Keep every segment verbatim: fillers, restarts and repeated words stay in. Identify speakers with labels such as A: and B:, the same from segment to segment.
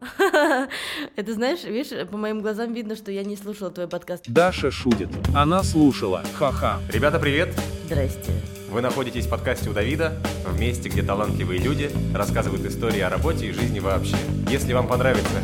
A: Это знаешь, видишь, по моим глазам видно, что я не слушала твой подкаст.
B: Даша шутит. Она слушала. Ха-ха.
C: Ребята, привет!
A: Здрасте.
C: Вы находитесь в подкасте у Давида, в месте, где талантливые люди рассказывают истории о работе и жизни вообще. Если вам понравится...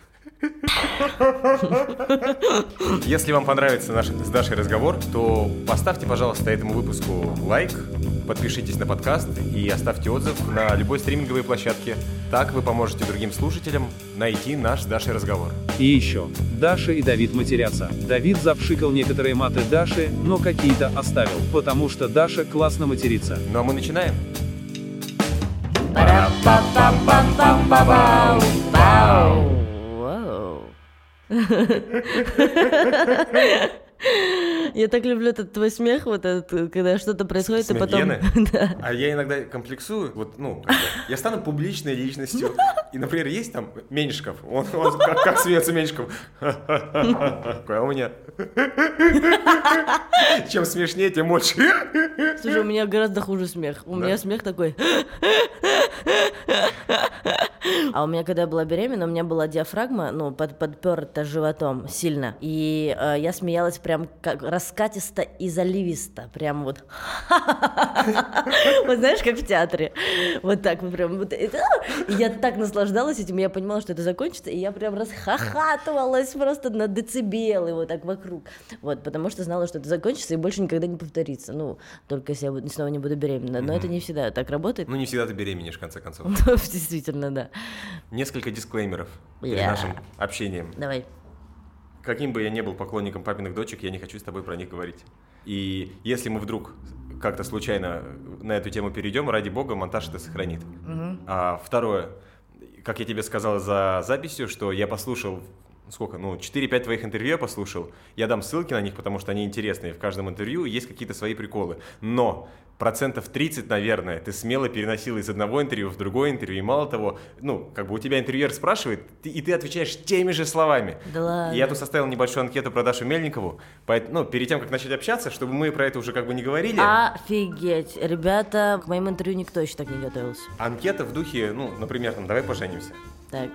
C: Если вам понравится наш с Дашей разговор, то поставьте, пожалуйста, этому выпуску лайк, подпишитесь на подкаст и оставьте отзыв на любой стриминговой площадке. Так вы поможете другим слушателям найти наш с Дашей разговор.
B: И еще. Даша и Давид матерятся. Давид запшикал некоторые маты Даши, но какие-то оставил, потому что Даша классно матерится.
C: Ну а мы начинаем.
A: Я так люблю этот твой смех, вот этот, когда что-то происходит,
C: Смех
A: и потом...
C: Гены?
A: Да.
C: А я иногда комплексую, вот, ну, как бы, я стану публичной личностью, и, например, есть там Меньшиков, он, он как, как смеется Меньшиков, а у меня, чем смешнее, тем больше.
A: Слушай, у меня гораздо хуже смех, у
C: Да?
A: меня смех такой... А у меня, когда я была беременна, у меня была диафрагма, ну, под, подперта животом сильно. И э, я смеялась прям как раскатисто и заливисто. Прям вот... Вот знаешь, как в театре. Вот так вот прям. Вот. И я так наслаждалась этим, я понимала, что это закончится, и я прям расхохатывалась просто на децибелы вот так вокруг. Вот, потому что знала, что это закончится и больше никогда не повторится. Ну, только если я снова не буду беременна. Но это не всегда так работает.
C: Ну, не всегда ты беременеешь, в конце концов.
A: Действительно, да.
C: Несколько дисклеймеров перед
A: Yeah.
C: нашим общением.
A: Давай.
C: Каким бы я ни был поклонником папиных дочек, я не хочу с тобой про них говорить. И если мы вдруг как-то случайно на эту тему перейдем, ради бога, монтаж это сохранит.
A: Угу.
C: А второе, как я тебе сказал за записью, что я послушал, сколько, ну, четыре-пять твоих интервью я послушал, я дам ссылки на них, потому что они интересные, в каждом интервью есть какие-то свои приколы, но процентов тридцать, наверное, ты смело переносил из одного интервью в другое интервью, и мало того, ну, как бы у тебя интервьюер спрашивает, ты, и ты отвечаешь теми же словами.
A: Да ладно.
C: И я тут составил небольшую анкету про Дашу Мельникову, поэтому, ну, перед тем, как начать общаться, чтобы мы про это уже как бы не говорили.
A: Офигеть. Ребята, к моим интервью никто еще так не готовился.
C: Анкета в духе, ну, например, там, давай поженимся.
A: Так.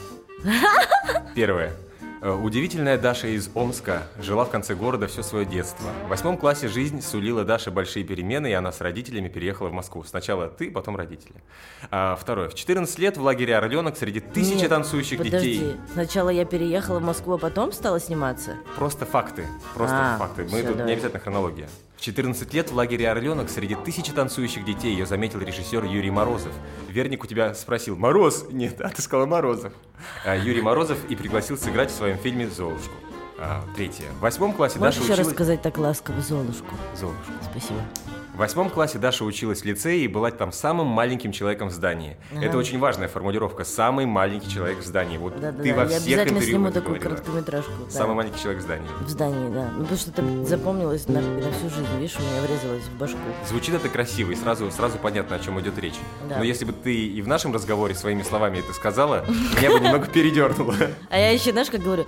C: Первое. Удивительная Даша из Омска жила в конце города все свое детство. В восьмом классе жизнь сулила Даше большие перемены, и она с родителями переехала в Москву. Сначала ты, потом родители. А, второе. В четырнадцать лет в лагере «Орленок» среди тысячи
A: Нет,
C: танцующих
A: подожди.
C: детей.
A: Сначала я переехала в Москву, а потом стала сниматься?
C: Просто факты. Просто
A: А,
C: факты. Мы
A: всё,
C: тут
A: давай.
C: не обязательно хронология. В четырнадцать лет в лагере «Орленок» среди тысячи танцующих детей ее заметил режиссер Юрий Морозов. Верник у тебя спросил: «Мороз?» Нет, а ты сказала «Морозов». А, Юрий Морозов и пригласил сыграть в своем фильме «Золушку». А, третье. В восьмом классе
A: Можешь
C: Даша
A: еще
C: училась...
A: раз сказать так ласково «Золушку»?
C: Золушку.
A: Спасибо.
C: В восьмом классе Даша училась в лицее и была там самым маленьким человеком в здании.
A: Ага.
C: Это очень важная формулировка. Самый маленький человек в здании. Вот
A: Да-да-да,
C: ты во
A: я
C: всех
A: обязательно
C: интервью
A: сниму
C: это
A: такую
C: говорила.
A: короткометражку. Да.
C: Самый маленький человек в здании.
A: В здании, да. Ну, потому что это запомнилось на, на всю жизнь, видишь, у меня врезалось в башку.
C: Звучит это красиво, и сразу, сразу понятно, о чем идет речь.
A: Да.
C: Но если бы ты и в нашем разговоре своими словами это сказала, меня бы немного передернуло.
A: А я еще, знаешь, как говорю,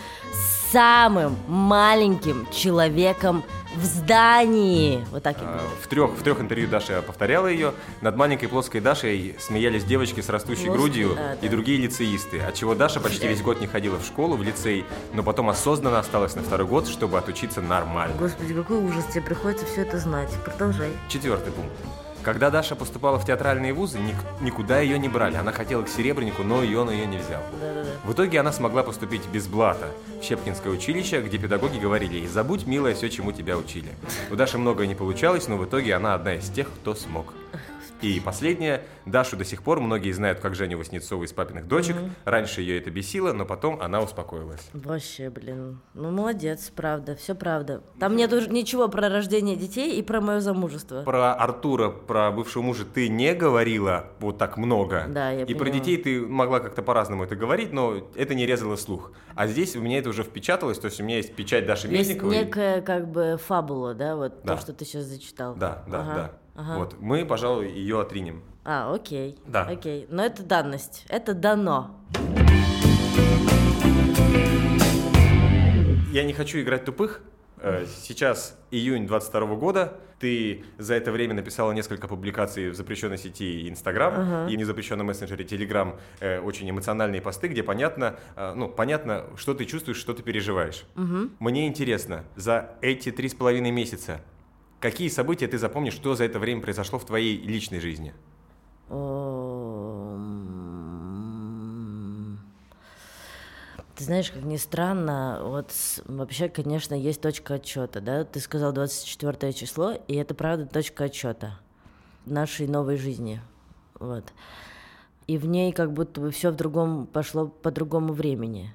A: самым маленьким человеком в здании. Вот так я говорю.
C: В трех, в трех интервью Даша повторяла ее. Над маленькой плоской Дашей смеялись девочки с растущей
A: Плоской,
C: грудью
A: да,
C: и
A: да.
C: другие лицеисты, отчего Даша почти весь год не ходила в школу, в лицей, но потом осознанно осталась на второй год, чтобы отучиться нормально.
A: Господи, какой ужас, тебе приходится все это знать. Продолжай.
C: Четвертый пункт. Когда Даша поступала в театральные вузы, ник- никуда ее не брали. Она хотела к Серебрянику, но ее он ее не взял.
A: Да-да-да.
C: В итоге она смогла поступить без блата в Щепкинское училище, где педагоги говорили ей: «Забудь, милая, все, чему тебя учили». У Даши многое не получалось, но в итоге она одна из тех, кто смог. И последнее. Дашу до сих пор многие знают как Женю Васнецову из «Папиных дочек». Mm-hmm. Раньше ее это бесило, но потом она успокоилась.
A: Вообще, блин. Ну, молодец, правда, все правда. Там нет уже ничего про рождение детей и про мое замужество.
C: Про Артура, про бывшего мужа ты не говорила вот так много.
A: Да, я
C: И
A: поняла.
C: про детей ты могла как-то по-разному это говорить, но это не резало слух. А здесь у меня это уже впечаталось, то есть у меня есть печать Даши
A: Есть
C: Мельниковой.
A: некая как бы фабула, да, вот
C: Да.
A: то, что ты сейчас зачитал.
C: Да, да,
A: Ага,
C: да.
A: ага.
C: Вот, мы, пожалуй, ее отринем.
A: А, окей.
C: Да.
A: Окей. Но это данность. Это дано.
C: Я не хочу играть тупых, Сейчас июнь двадцать второго года, ты за это время написала несколько публикаций в запрещенной сети Инстаграм
A: Ага.
C: и в незапрещенном мессенджере Телеграм, э, очень эмоциональные посты, где понятно, э, ну, понятно, что ты чувствуешь, что ты переживаешь.
A: Угу.
C: Мне интересно, за эти три с половиной месяца, какие события ты запомнишь, что за это время произошло в твоей личной жизни?
A: Ты знаешь, как ни странно, вот с- вообще, конечно, есть точка отчета, да? Ты сказал двадцать четвёртое число, и это правда точка отчета нашей новой жизни, вот. И в ней как будто бы все в другом пошло по другому времени.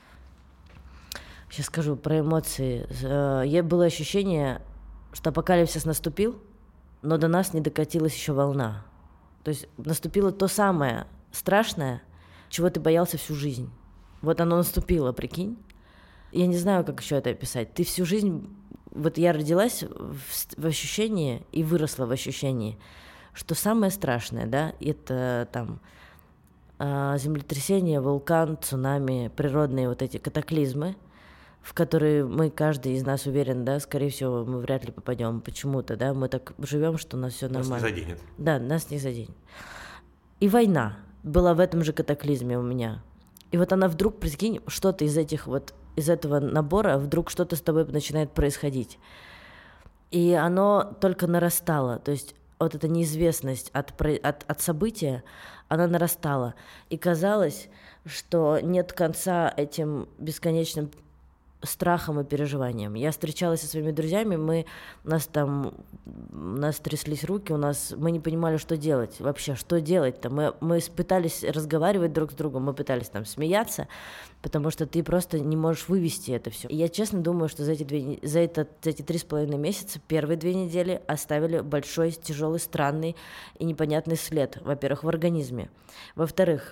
A: Сейчас скажу про эмоции. Э, я- Было ощущение, что апокалипсис наступил, но до нас не докатилась еще волна. То есть наступило то самое страшное, чего ты боялся всю жизнь. Вот оно наступило, прикинь. Я не знаю, как еще это описать. Ты всю жизнь... Вот я родилась в, с- в ощущении и выросла в ощущении, что самое страшное, да, это там а, землетрясение, вулкан, цунами, природные вот эти катаклизмы, в которые мы, каждый из нас уверен, да, скорее всего, мы вряд ли попадем почему-то, да, мы так живем, что у нас все
C: Нас
A: нормально.
C: не заденет.
A: Да, нас не заденет. И война была в этом же катаклизме у меня. И вот она вдруг, прикинь, что-то из этих вот, из этого набора, вдруг что-то с тобой начинает происходить. И оно только нарастало, то есть вот эта неизвестность от, про- от, от события, она нарастала. И казалось, что нет конца этим бесконечным страхом и переживанием. Я встречалась со своими друзьями, мы, у нас там, у нас тряслись руки, у нас, мы не понимали, что делать вообще, что делать-то. Мы, мы пытались разговаривать друг с другом, мы пытались там смеяться, потому что ты просто не можешь вывести это все. И я честно думаю, что за эти, две, не- за, это, за эти три с половиной месяца первые две недели оставили большой, тяжелый, странный и непонятный след, во-первых, в организме. Во-вторых,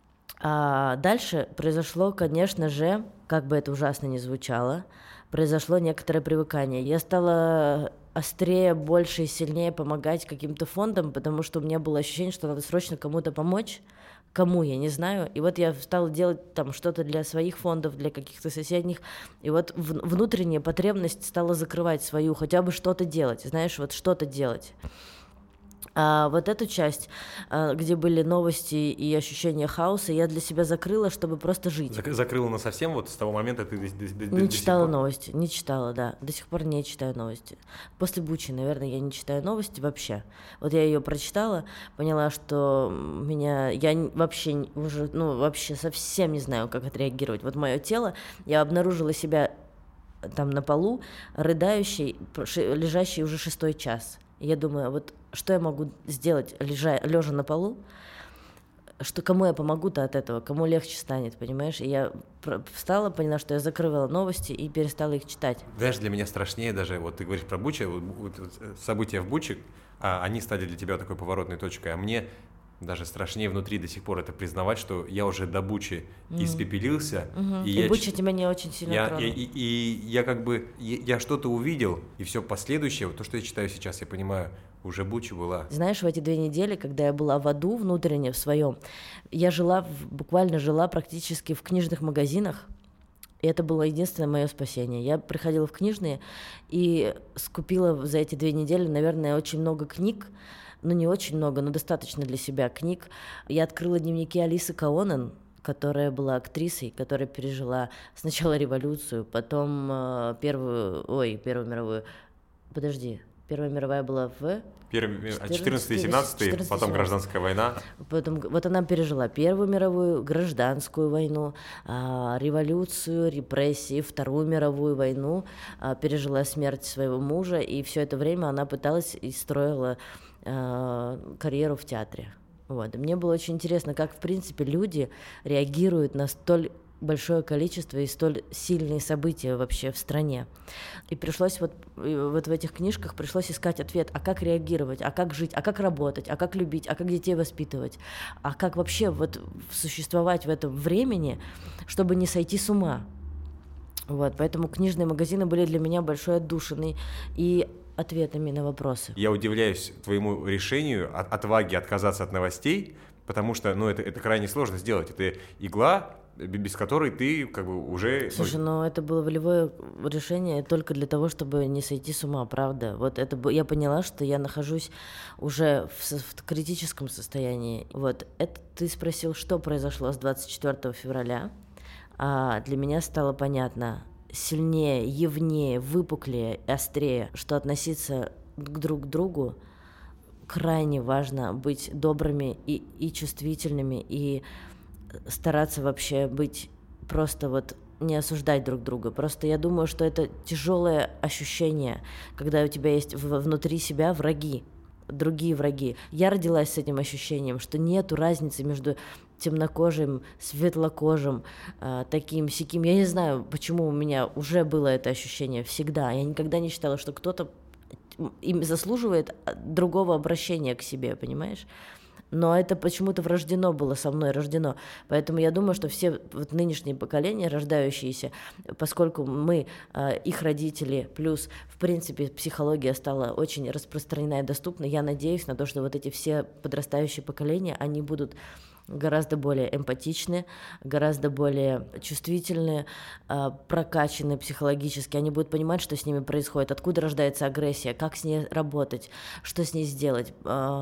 A: а дальше произошло, конечно же, как бы это ужасно ни звучало, произошло некоторое привыкание. Я стала острее, больше и сильнее помогать каким-то фондам, потому что у меня было ощущение, что надо срочно кому-то помочь. Кому, я не знаю. И вот я стала делать там что-то для своих фондов, для каких-то соседних. И вот в- внутренняя потребность стала закрывать свою, хотя бы что-то делать, знаешь, вот что-то делать. А вот эту часть, а, где были новости и ощущение хаоса, я для себя закрыла, чтобы просто жить.
C: Зак- закрыла на совсем, вот с того момента ты до, до- до- до
A: Не
C: сих
A: читала
C: пор-
A: новости, не читала, да. До сих пор не читаю новости. После Бучи, наверное, я не читаю новости вообще. Вот я ее прочитала, поняла, что меня, я н- вообще н- уже, ну, вообще совсем не знаю, как отреагировать. Вот мое тело, я обнаружила себя там на полу, рыдающей, проши- лежащей уже шестой час. И я думаю, вот что я могу сделать, лежа, лежа на полу, что кому я помогу-то от этого, кому легче станет, понимаешь? И я про- встала, поняла, что я закрывала новости и перестала их читать.
C: Знаешь, для меня страшнее даже, вот ты говоришь про Бучу, вот, вот, вот, события в Буче, а, они стали для тебя такой поворотной точкой, а мне даже страшнее внутри до сих пор это признавать, что я уже до Бучи испепелился.
A: Мгм.
C: И
A: И,
C: я
A: Буча
C: ч-
A: тебя не очень сильно
C: Я,
A: тронула.
C: и, и- и я как бы, я, я что-то увидел, и все последующее, вот то, что я читаю сейчас, я понимаю, уже Буча была.
A: Знаешь, в эти две недели, когда я была в аду внутренне в своем, я жила, в- буквально жила практически в книжных магазинах, и это было единственное мое спасение. Я приходила в книжные и скупила за эти две недели, наверное, очень много книг, ну не очень много, но достаточно для себя книг. Я открыла дневники Алисы Каонен, которая была актрисой, которая пережила сначала революцию, потом э, первую, ой, Первую мировую, подожди, Первая мировая была в...
C: Первый,
A: четырнадцатый,
C: четырнадцатый и семнадцатый,
A: четырнадцатый,
C: потом
A: семнадцатый.
C: гражданская война.
A: Потом, вот она пережила Первую мировую, гражданскую войну, а, революцию, репрессии, Вторую мировую войну, а, пережила смерть своего мужа, и все это время она пыталась и строила а, карьеру в театре. Вот. И мне было очень интересно, как, в принципе, люди реагируют на столь большое количество и столь сильные события вообще в стране. И пришлось вот, и вот в этих книжках пришлось искать ответ, а как реагировать, а как жить, а как работать, а как любить, а как детей воспитывать, а как вообще вот существовать в этом времени, чтобы не сойти с ума. Вот, поэтому книжные магазины были для меня большой отдушиной и ответами на вопросы.
C: Я удивляюсь твоему решению, от, отваге отказаться от новостей, потому что, ну, это, это крайне сложно сделать. Это игла, без которой ты как бы уже...
A: Слушай, ну это было волевое решение только для того, чтобы не сойти с ума, правда. Вот это б- я поняла, что я нахожусь уже в, со- в критическом состоянии. Вот это ты спросил, что произошло с двадцать четвёртого февраля. А для меня стало понятно сильнее, явнее, выпуклее, острее, что относиться к друг к другу крайне важно, быть добрыми и, и чувствительными, и стараться вообще быть просто вот не осуждать друг друга. Просто я думаю, что это тяжелое ощущение, когда у тебя есть в- внутри себя враги, другие враги. Я родилась с этим ощущением, что нету разницы между темнокожим, светлокожим, э, таким, сяким. Я не знаю, почему у меня уже было это ощущение всегда. Я никогда не считала, что кто-то им заслуживает другого обращения к себе, понимаешь? Но это почему-то врождено было со мной, рождено. Поэтому я думаю, что все вот нынешние поколения, рождающиеся, поскольку мы, э, их родители, плюс, в принципе, психология стала очень распространена и доступна, я надеюсь на то, что вот эти все подрастающие поколения, они будут гораздо более эмпатичны, гораздо более чувствительны, э, прокачаны психологически. Они будут понимать, что с ними происходит, откуда рождается агрессия, как с ней работать, что с ней сделать,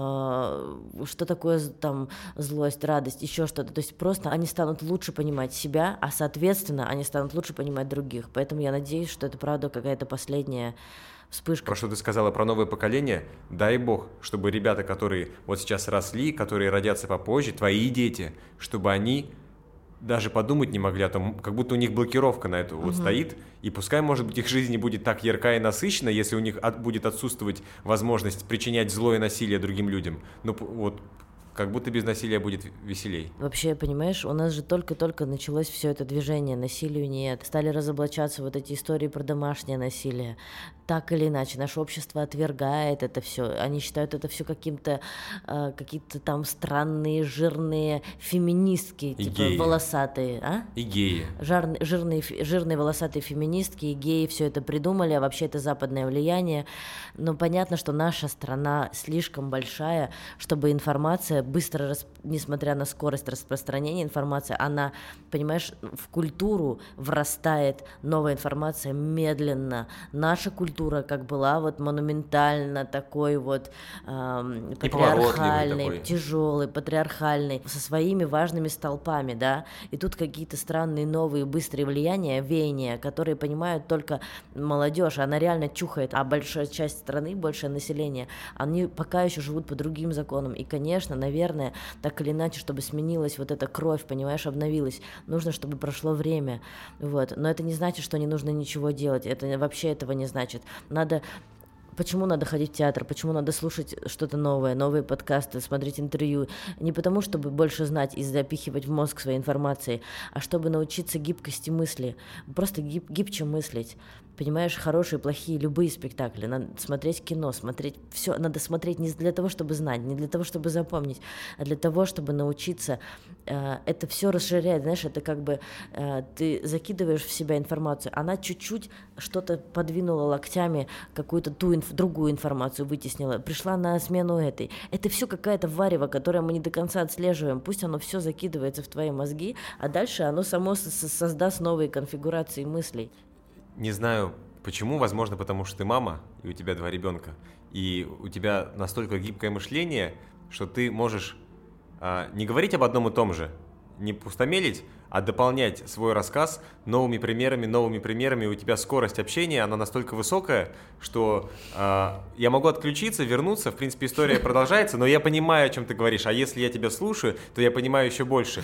A: э, что такое з- там злость, радость, еще что-то. То есть просто они станут лучше понимать себя, а соответственно они станут лучше понимать других. Поэтому я надеюсь, что это правда какая-то последняя вспышка.
C: Про что ты сказала про новое поколение, дай бог, чтобы ребята, которые вот сейчас росли, которые родятся попозже, твои дети, чтобы они даже подумать не могли о том, как будто у них блокировка на это вот стоит, и пускай, может быть, их жизнь не будет так ярка и насыщена, если у них от- будет отсутствовать возможность причинять зло и насилие другим людям, но п- вот как будто без насилия будет веселей.
A: Вообще, понимаешь, у нас же только-только началось все это движение, насилию нет. Стали разоблачаться вот эти истории про домашнее насилие. Так или иначе, наше общество отвергает это все. Они считают это все каким-то, э, какие-то там странные, жирные феминистки,
C: И
A: типа
C: геи.
A: волосатые, а?
C: И геи.
A: Жарн- жирные, фе- жирные волосатые феминистки и геи все это придумали, а вообще это западное влияние. Но понятно, что наша страна слишком большая, чтобы информация быстро, рас- несмотря на скорость распространения информации, она, понимаешь, в культуру врастает новая информация медленно. Наша культура, как была вот монументально такой вот эм,
C: Неповоротливый
A: патриархальный,
C: такой.
A: тяжелый, патриархальный, со своими важными столпами, да, и тут какие-то странные новые быстрые влияния, веяния, которые понимают только молодежь, она реально чухает, а большая часть страны, большее население, они пока еще живут по другим законам, и, конечно, наверное, так или иначе, чтобы сменилась вот эта кровь, понимаешь, обновилась, нужно, чтобы прошло время, вот, но это не значит, что не нужно ничего делать, это вообще этого не значит, надо. Почему надо ходить в театр, почему надо слушать что-то новое, новые подкасты, смотреть интервью? Не потому, чтобы больше знать и запихивать в мозг своей информацией, а чтобы научиться гибкости мысли, просто гиб- гибче мыслить. Понимаешь, хорошие, плохие, любые спектакли. Надо смотреть кино, смотреть все. Надо смотреть не для того, чтобы знать, не для того, чтобы запомнить, а для того, чтобы научиться. Э, это все расширяет, знаешь, это как бы э, ты закидываешь в себя информацию, она чуть-чуть что-то подвинула локтями, какую-то ту инф- другую информацию вытеснила, пришла на смену этой. Это все какая-то варево, которое мы не до конца отслеживаем. Пусть оно все закидывается в твои мозги, а дальше оно само со- со- создаст новые конфигурации мыслей.
C: Не знаю почему, возможно, потому что ты мама, и у тебя два ребенка, и у тебя настолько гибкое мышление, что ты можешь а, не говорить об одном и том же, не пустомелить, а дополнять свой рассказ новыми примерами, новыми примерами. У тебя скорость общения, она настолько высокая, что э, я могу отключиться, вернуться, в принципе, история продолжается, но я понимаю, о чем ты говоришь, а если я тебя слушаю, то я понимаю еще больше.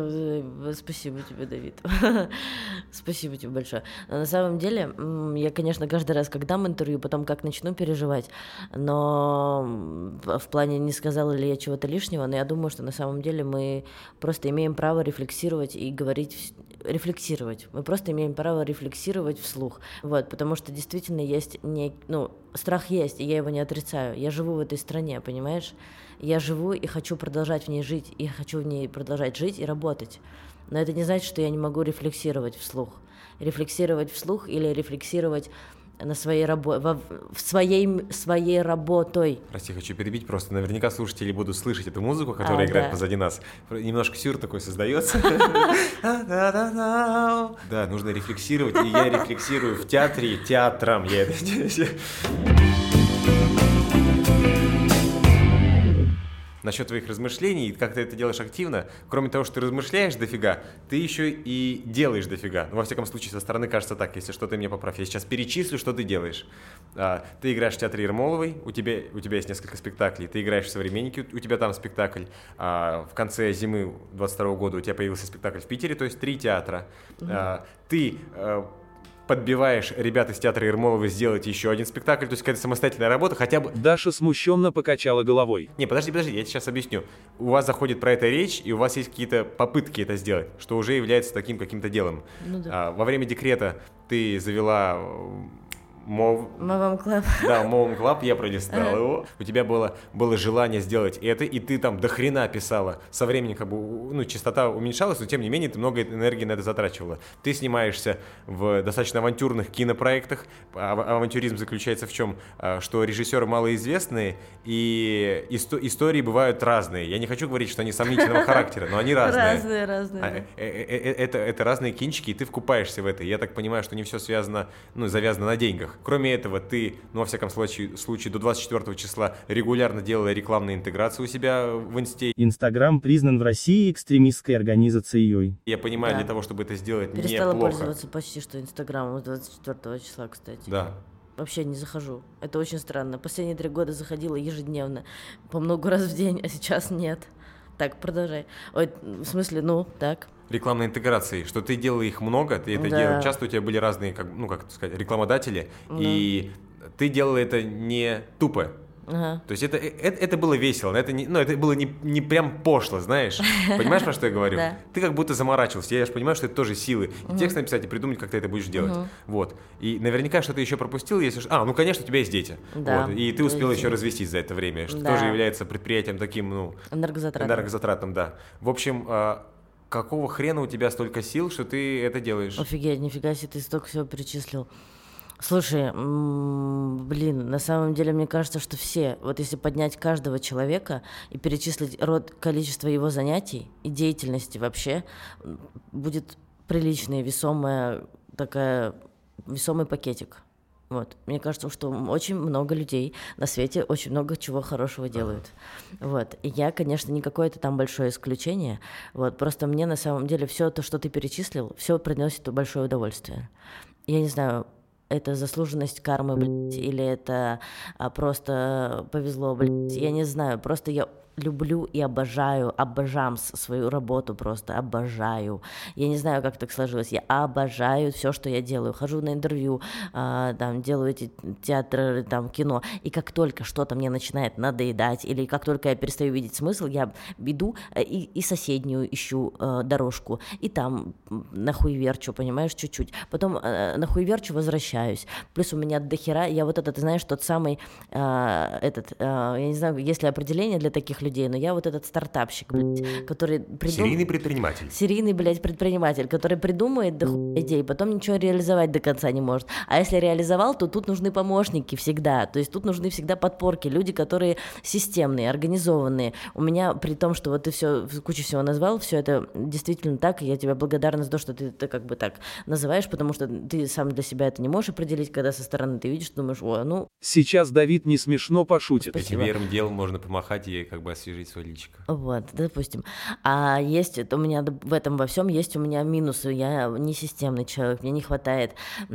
A: Спасибо тебе, Давид. Спасибо тебе большое. На самом деле, м, я, конечно, каждый раз, как дам интервью, потом как начну переживать, но м, в плане не сказала ли я чего-то лишнего, но я думаю, что на самом деле мы просто имеем право рефлексировать и говорить, вс- рефлексировать. Мы просто имеем право рефлексировать вслух. Вот, потому что действительно есть, не, ну, страх есть, и я его не отрицаю. Я живу в этой стране, понимаешь? Я живу и хочу продолжать в ней жить, и хочу в ней продолжать жить и работать. Но это не значит, что я не могу рефлексировать вслух. Рефлексировать вслух или рефлексировать на своей работе, в своей, своей работой.
C: Прости, хочу перебить, просто наверняка слушатели будут слышать эту музыку, которая
A: а,
C: играет
A: да.
C: позади нас. Немножко сюр такой создается. Да, нужно рефлексировать, и я рефлексирую в театре, театром я это делаю. Насчет твоих размышлений, как ты это делаешь активно, кроме того, что ты размышляешь дофига, ты еще и делаешь дофига. Ну, во всяком случае, со стороны кажется так, если что, ты мне поправь. Я сейчас перечислю, что ты делаешь. А, ты играешь в театре Ермоловой, у тебя, у тебя есть несколько спектаклей, ты играешь в «Современнике», у тебя там спектакль. А, в конце зимы двадцать второго года у тебя появился спектакль в Питере, то есть три театра. Mm-hmm. А, ты... А, подбиваешь ребят из театра Ермоловой сделать еще один спектакль, то есть какая-то самостоятельная работа, хотя бы...
B: Даша смущенно покачала головой.
C: Не, подожди, подожди, я тебе сейчас объясню. У вас заходит про это речь, и у вас есть какие-то попытки это сделать, что уже является таким каким-то делом.
A: Ну, да.
C: а, во время декрета ты завела... Мов...
A: Мовом Клаб.
C: Да, Мовом Клаб, я пролистал
A: ага.
C: его. У тебя было, было желание сделать это, и ты там до хрена писала. Со временем как бы, ну, частота уменьшалась, но тем не менее ты много энергии на это затрачивала. Ты снимаешься в достаточно авантюрных кинопроектах. А авантюризм заключается в чем? Что режиссеры малоизвестные, и исто- истории бывают разные. Я не хочу говорить, что они сомнительного характера, но они разные.
A: Разные, разные.
C: Это, это разные кинчики, и ты вкупаешься в это. Я так понимаю, что не все связано, ну, завязано на деньгах. Кроме этого, ты, ну, во всяком случае, случае, до двадцать четвёртого числа регулярно делала рекламные интеграции у себя в инсте.
D: Инстаграм признан в России экстремистской организацией.
C: Я понимаю,
A: да.
C: для того, чтобы это сделать
A: Перестала
C: неплохо.
A: пользоваться почти что Инстаграмом с двадцать четвёртого числа, кстати.
C: Да.
A: Вообще не захожу. Это очень странно. Последние три года заходила ежедневно, по много раз в день, а сейчас нет. Так, продолжай. Ой, в смысле, ну, так.
C: Рекламной интеграции, что ты делала их много, ты это
A: да.
C: делала, часто у тебя были разные, как, ну, как сказать, рекламодатели, да. И ты делала это не тупо.
A: Ага.
C: То есть это, это, это было весело, это, не, ну, это было не, не прям пошло, знаешь. Понимаешь, про что я говорю?
A: Да.
C: Ты как будто заморачивался, я же понимаю, что это тоже силы. И текст написать, и придумать, как ты это будешь делать.
A: Угу.
C: Вот. И наверняка что-то еще пропустил, если... А, ну, конечно, у тебя есть дети.
A: Да.
C: Вот. И ты успел еще развестись за это время, что
A: да.
C: тоже является предприятием таким, ну...
A: Энергозатратным.
C: Энергозатратным, да. В общем... Какого хрена у тебя столько сил, что ты это делаешь?
A: Офигеть, нифига себе, ты столько всего перечислил. Слушай, м- блин, на самом деле мне кажется, что все, вот если поднять каждого человека и перечислить род, количество его занятий и деятельности вообще, будет приличный, весомая такая, весомый пакетик. Вот. Мне кажется, что очень много людей на свете очень много чего хорошего делают. Вот. И я, конечно, не какое-то там большое исключение. Вот. Просто мне на самом деле все то, что ты перечислил, все приносит большое удовольствие. Я не знаю, это заслуженность кармы, блядь, или это а, просто повезло, блядь. Я не знаю, просто я люблю и обожаю, обожам свою работу просто, обожаю. Я не знаю, как так сложилось, я обожаю все, что я делаю. Хожу на интервью, э, там, делаю эти театры, там, кино, и как только что-то мне начинает надоедать, или как только я перестаю видеть смысл, я иду и, и соседнюю ищу э, дорожку, и там нахуй верчу, понимаешь, чуть-чуть. Потом э, нахуй верчу, возвращаюсь. Плюс у меня дохера, я вот этот, знаешь, тот самый, э, этот, э, я не знаю, есть ли определение для таких людей, но я вот этот стартапщик, блядь, который придум...
C: Серийный предприниматель.
A: Серийный, блядь, предприниматель, который придумает до хуя идей, потом ничего реализовать до конца не может. А если реализовал, то тут нужны помощники всегда. То есть тут нужны всегда подпорки, люди, которые системные, организованные. У меня, при том, что вот ты все, кучу всего назвал, все это действительно так, и я тебе благодарна за то, что ты это как бы так называешь, потому что ты сам для себя это не можешь определить, когда со стороны ты видишь, думаешь, о, ну...
B: Сейчас Давид не смешно пошутит.
C: Этим верным делом можно помахать и как бы освежить свое личико.
A: Вот, допустим. А есть у меня в этом во всем есть у меня минусы. Я не системный человек, мне не хватает,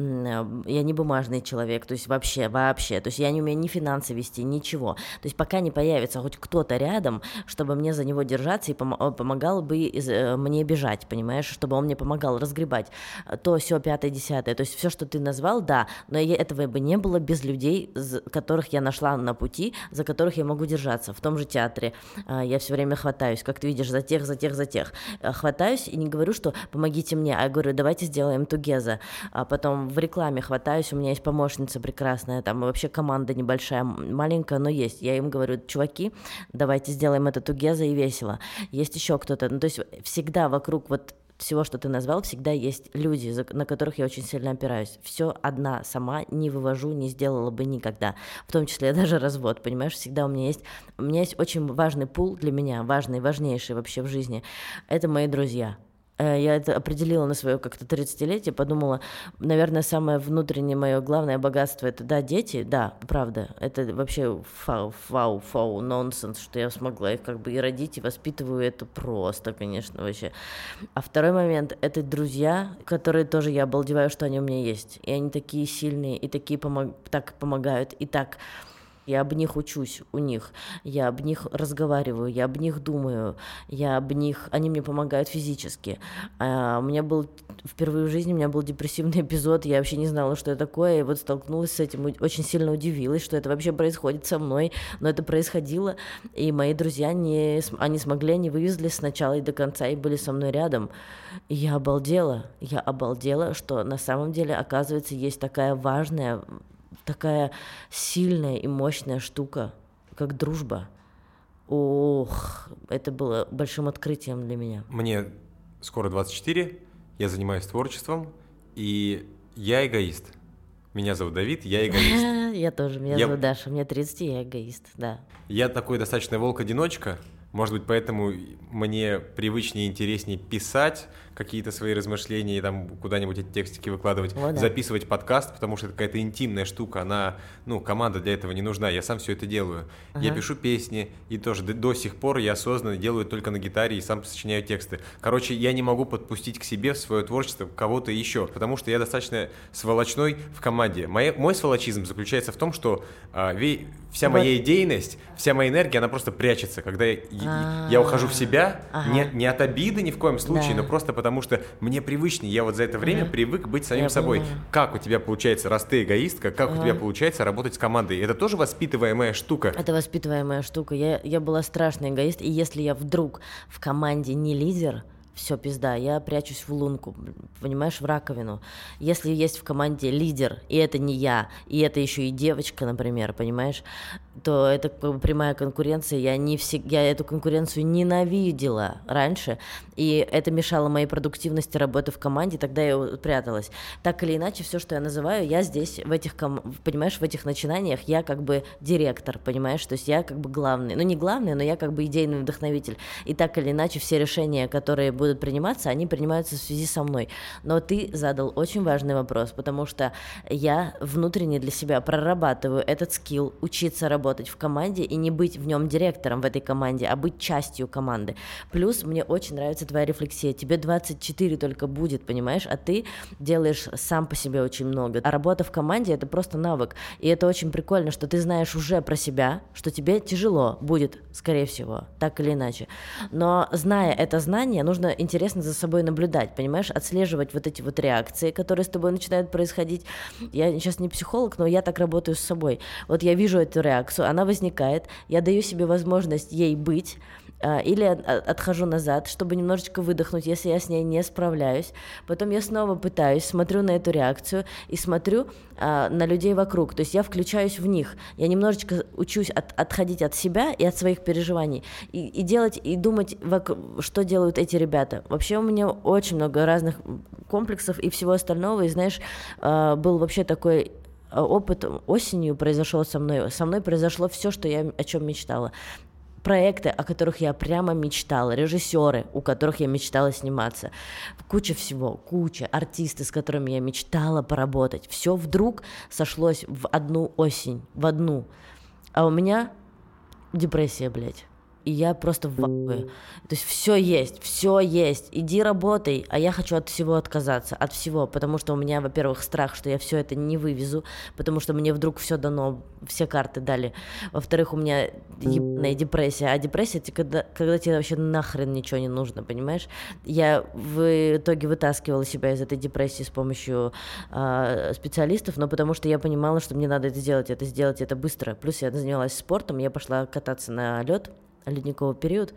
A: я не бумажный человек, то есть вообще, вообще. То есть я не умею ни финансы вести, ничего. То есть пока не появится хоть кто-то рядом, чтобы мне за него держаться и пом- помогал бы из, мне бежать, понимаешь, чтобы он мне помогал разгребать то, сё, пятое, десятое. То есть все, что ты назвал, да, но я, этого бы не было без людей, которых я нашла на пути, за которых я могу держаться. В том же театре я все время хватаюсь, как ты видишь, за тех, за тех, за тех. Хватаюсь и не говорю, что помогите мне, а я говорю, давайте сделаем together. А потом в рекламе хватаюсь, у меня есть помощница прекрасная, там вообще команда небольшая, маленькая, но есть. Я им говорю, чуваки, давайте сделаем это together и весело. Есть еще кто-то, ну то есть всегда вокруг вот всего, что ты назвал, всегда есть люди, за- на которых я очень сильно опираюсь. Все одна сама не вывожу, не сделала бы никогда. В том числе даже развод, понимаешь? Всегда у меня есть... У меня есть очень важный пул для меня, важный, важнейший вообще в жизни. Это мои друзья. Э, Я это определила на свое как-то тридцатилетие, подумала, наверное, самое внутреннее мое главное богатство — это, да, дети, да, правда, это вообще фау, фау, фау, нонсенс, что я смогла их как бы и родить, и воспитываю, это просто, конечно, вообще. А второй момент — это друзья, которые тоже я обалдеваю, что они у меня есть, и они такие сильные, и такие помог... так помогают, и так... Я об них учусь у них, я об них разговариваю, я об них думаю, я об них, они мне помогают физически. А, у меня был впервые в жизни у меня был депрессивный эпизод, я вообще не знала, что это такое, и вот столкнулась с этим, у- очень сильно удивилась, что это вообще происходит со мной, но это происходило, и мои друзья не, см- они смогли, они вывезли с начала и до конца и были со мной рядом. И я обалдела, я обалдела, что на самом деле, оказывается, есть такая важная, такая сильная и мощная штука, как дружба. Ох, это было большим открытием для меня.
C: Мне скоро двадцать четыре, я занимаюсь творчеством, и я эгоист. Меня зовут Давид, я эгоист.
A: Я тоже, меня
C: Я-
A: зовут Даша, мне тридцать, и я эгоист, да.
C: Я такой достаточно волк-одиночка, может быть, поэтому мне привычнее и интереснее писать какие-то свои размышления и там куда-нибудь эти текстики выкладывать,
A: О, да.
C: записывать подкаст, потому что это какая-то интимная штука, она, ну, команда для этого не нужна, я сам все это делаю. Я
A: Ага.
C: пишу песни, и тоже до, до сих пор я осознанно делаю только на гитаре и сам сочиняю тексты. Короче, я не могу подпустить к себе в свое творчество кого-то еще, потому что я достаточно сволочной в команде. Моя, мой сволочизм заключается в том, что а, ве- вся
A: Вот.
C: моя идейность, вся моя энергия, она просто прячется, когда я, я- я ухожу в себя,
A: Ага.
C: не, не от обиды ни в коем случае,
A: Да.
C: но просто потому что мне привычнее, я вот за это время
A: Ага.
C: привык быть самим
A: Я
C: собой.
A: понимаю.
C: Как у тебя получается, раз ты эгоистка, как у
A: Ага.
C: тебя получается работать с командой? Это тоже воспитываемая штука?
A: Это воспитываемая штука. Я, я была страшный эгоист, и если я вдруг в команде не лидер, все, пизда, я прячусь в лунку, понимаешь, в раковину. Если есть в команде лидер, и это не я, и это еще и девочка, например, понимаешь, то это как бы прямая конкуренция. Я, не всег- я эту конкуренцию ненавидела раньше, и это мешало моей продуктивности работы в команде, тогда я у- пряталась. Так или иначе, все, что я называю, я здесь, в этих, ком- понимаешь, в этих начинаниях, я как бы директор, понимаешь, то есть я как бы главный, ну не главный, но я как бы идейный вдохновитель. И так или иначе, все решения, которые будут приниматься, они принимаются в связи со мной. Но ты задал очень важный вопрос, потому что я внутренне для себя прорабатываю этот скилл, учиться работать в команде и не быть в нем директором в этой команде, а быть частью команды. Плюс мне очень нравится твоя рефлексия. Тебе двадцать четыре только будет, понимаешь, а ты делаешь сам по себе очень много. А работа в команде — это просто навык. И это очень прикольно, что ты знаешь уже про себя, что тебе тяжело будет, скорее всего, так или иначе. Но зная это знание, нужно интересно за собой наблюдать, понимаешь, отслеживать вот эти вот реакции, которые с тобой начинают происходить. Я сейчас не психолог, но я так работаю с собой. Вот я вижу эту реакцию, она возникает, я даю себе возможность ей быть, а, или от- от- отхожу назад, чтобы немножечко выдохнуть, если я с ней не справляюсь. Потом я снова пытаюсь, смотрю на эту реакцию и смотрю а, на людей вокруг. То есть я включаюсь в них. Я немножечко учусь от- отходить от себя и от своих переживаний. И, и делать, и думать, вок- что делают эти ребята. Вообще у меня очень много разных комплексов и всего остального. И знаешь, а, был вообще такой а, опыт осенью произошел со мной. Со мной произошло все, что я о чем мечтала. Проекты, о которых я прямо мечтала, режиссеры, у которых я мечтала сниматься, куча всего, куча, артисты, с которыми я мечтала поработать. Все вдруг сошлось в одну осень, в одну. А у меня депрессия, блядь. И я просто в ахуе. То есть все есть, все есть. Иди работай, а я хочу от всего отказаться, от всего, потому что у меня, во-первых, страх, что я все это не вывезу, потому что мне вдруг все дано, все карты дали. Во-вторых, у меня ебаная депрессия, а депрессия это когда, когда тебе вообще нахрен ничего не нужно, понимаешь? Я в итоге вытаскивала себя из этой депрессии с помощью а, специалистов, но потому что я понимала, что мне надо это сделать, это сделать, это быстро. Плюс я занялась спортом, я пошла кататься на лед, ледниковый период,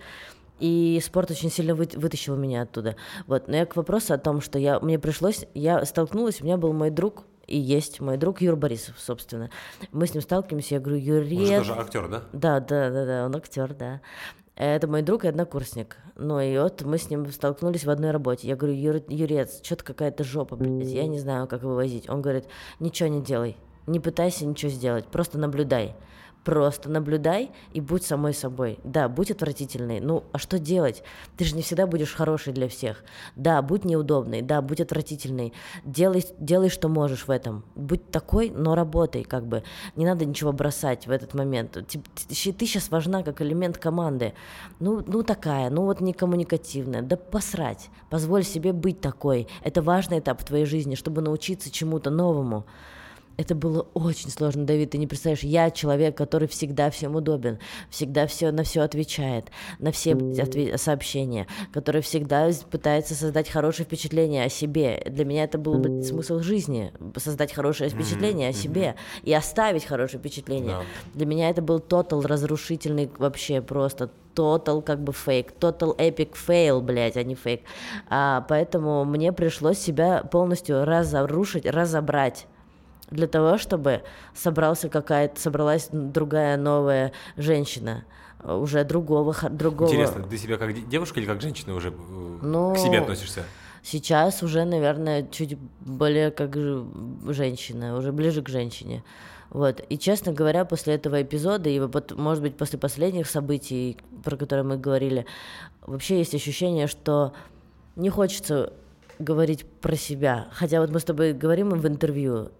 A: и спорт очень сильно вы, вытащил меня оттуда. Вот. Но я к вопросу о том, что я, мне пришлось, я столкнулась, у меня был мой друг, и есть мой друг Юр Борисов, собственно. Мы с ним сталкиваемся, я говорю, Юрец...
C: Он же тоже актер, да?
A: Да, да, да, да, он актер, да. Это мой друг и однокурсник. Ну и вот мы с ним столкнулись в одной работе. Я говорю: Юр, Юрец, что-то какая-то жопа, блядь, я не знаю, как вывозить. Он говорит: ничего не делай, не пытайся ничего сделать, просто наблюдай. Просто наблюдай и будь самой собой. Да, будь отвратительной. Ну, а что делать? Ты же не всегда будешь хорошей для всех. Да, будь неудобной. Да, будь отвратительной. Делай, делай, что можешь в этом. Будь такой, но работай, как бы. Не надо ничего бросать в этот момент. Ты, ты сейчас важна как элемент команды. Ну, ну, такая, ну вот не коммуникативная. Да посрать. Позволь себе быть такой. Это важный этап в твоей жизни, чтобы научиться чему-то новому. Это было очень сложно, Давид, ты не представляешь, я человек, который всегда всем удобен, всегда все, на все отвечает, на все отве- сообщения, который всегда пытается создать хорошее впечатление о себе. Для меня это был бы смысл жизни, создать хорошее впечатление mm-hmm. о себе и оставить хорошее впечатление. Yeah. Для меня это был тотал разрушительный вообще просто тотал как бы фейк, тотал эпик фейл, блядь, а не фейк. А, поэтому мне пришлось себя полностью разрушить, разобрать. Для того, чтобы собрался какая-то, собралась другая новая женщина, уже другого, другого...
C: Интересно, ты себя как девушка или как женщина уже ну, к себе относишься?
A: Сейчас уже, наверное, чуть более как женщина, уже ближе к женщине. Вот. И, честно говоря, после этого эпизода, и, может быть, после последних событий, про которые мы говорили, вообще есть ощущение, что не хочется говорить про себя. Хотя вот мы с тобой говорим в интервью,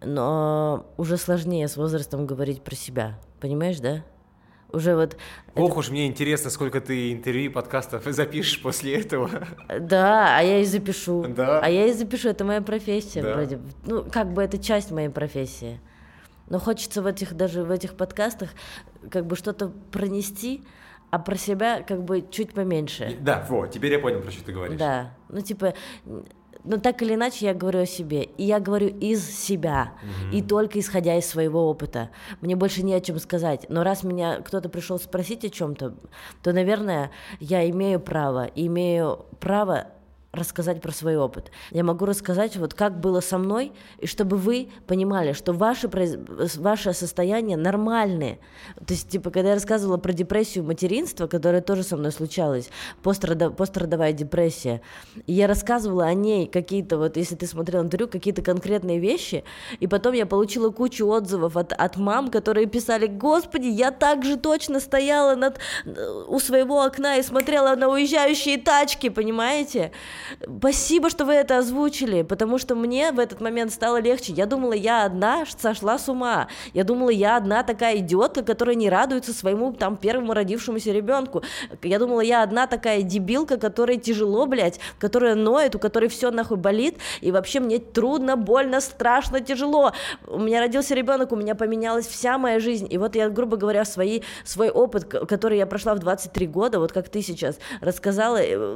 A: но уже сложнее с возрастом говорить про себя. Понимаешь, да? Уже вот...
C: Ох это... уж мне интересно, сколько ты интервью, подкастов запишешь после этого.
A: Да, а я и запишу.
C: Да.
A: А я и запишу, это моя профессия
C: да.
A: вроде. Ну, как бы это часть моей профессии. Но хочется в этих, даже в этих подкастах как бы что-то пронести, а про себя как бы чуть поменьше.
C: Да, вот, теперь я понял, про что ты говоришь.
A: Да, ну типа... Но так или иначе я говорю о себе, и я говорю из себя, mm-hmm. и только исходя из своего опыта. Мне больше не о чем сказать, но раз меня кто-то пришел спросить о чем-то, то, наверное, я имею право, имею право рассказать про свой опыт. Я могу рассказать, вот как было со мной, и чтобы вы понимали, что ваше, ваше состояние нормальное. То есть, типа, когда я рассказывала про депрессию материнства, которая тоже со мной случалась, построда, постродовая депрессия, и я рассказывала о ней какие-то, вот если ты смотрел интервью, какие-то конкретные вещи, и потом я получила кучу отзывов от, от мам, которые писали: «Господи, я так же точно стояла над, у своего окна и смотрела на уезжающие тачки», понимаете? Спасибо, что вы это озвучили, потому что мне в этот момент стало легче. Я думала, я одна сошла с ума. Я думала, я одна такая идиотка, которая не радуется своему там первому родившемуся ребенку. Я думала, я одна такая дебилка, которой тяжело, блядь, которая ноет, у которой все нахуй болит, и вообще мне трудно, больно, страшно, тяжело. У меня родился ребенок, у меня поменялась вся моя жизнь. И вот я, грубо говоря, свои, свой опыт, который я прошла в двадцать три года, вот как ты сейчас рассказала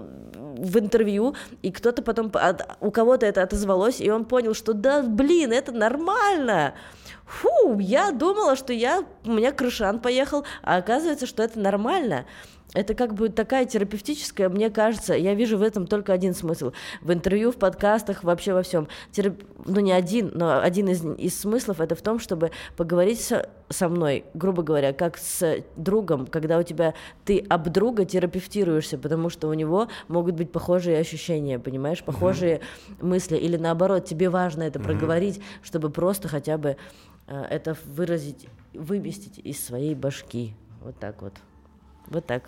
A: в интервью, и кто-то потом, у кого-то это отозвалось, и он понял, что да, блин, это нормально. Фу, я думала, что я, у меня крышан поехал, а оказывается, что это нормально. Это как бы такая терапевтическая, мне кажется, я вижу в этом только один смысл. В интервью, в подкастах, вообще во всем. Терап... Ну, не один, но один из, из смыслов это в том, чтобы поговорить со, со мной, грубо говоря, как с другом, когда у тебя ты об друга терапевтируешься, потому что у него могут быть похожие ощущения, понимаешь, похожие mm-hmm. мысли. Или наоборот, тебе важно это mm-hmm. проговорить, чтобы просто хотя бы э, это выразить, выместить из своей башки. Вот так вот. Вот так.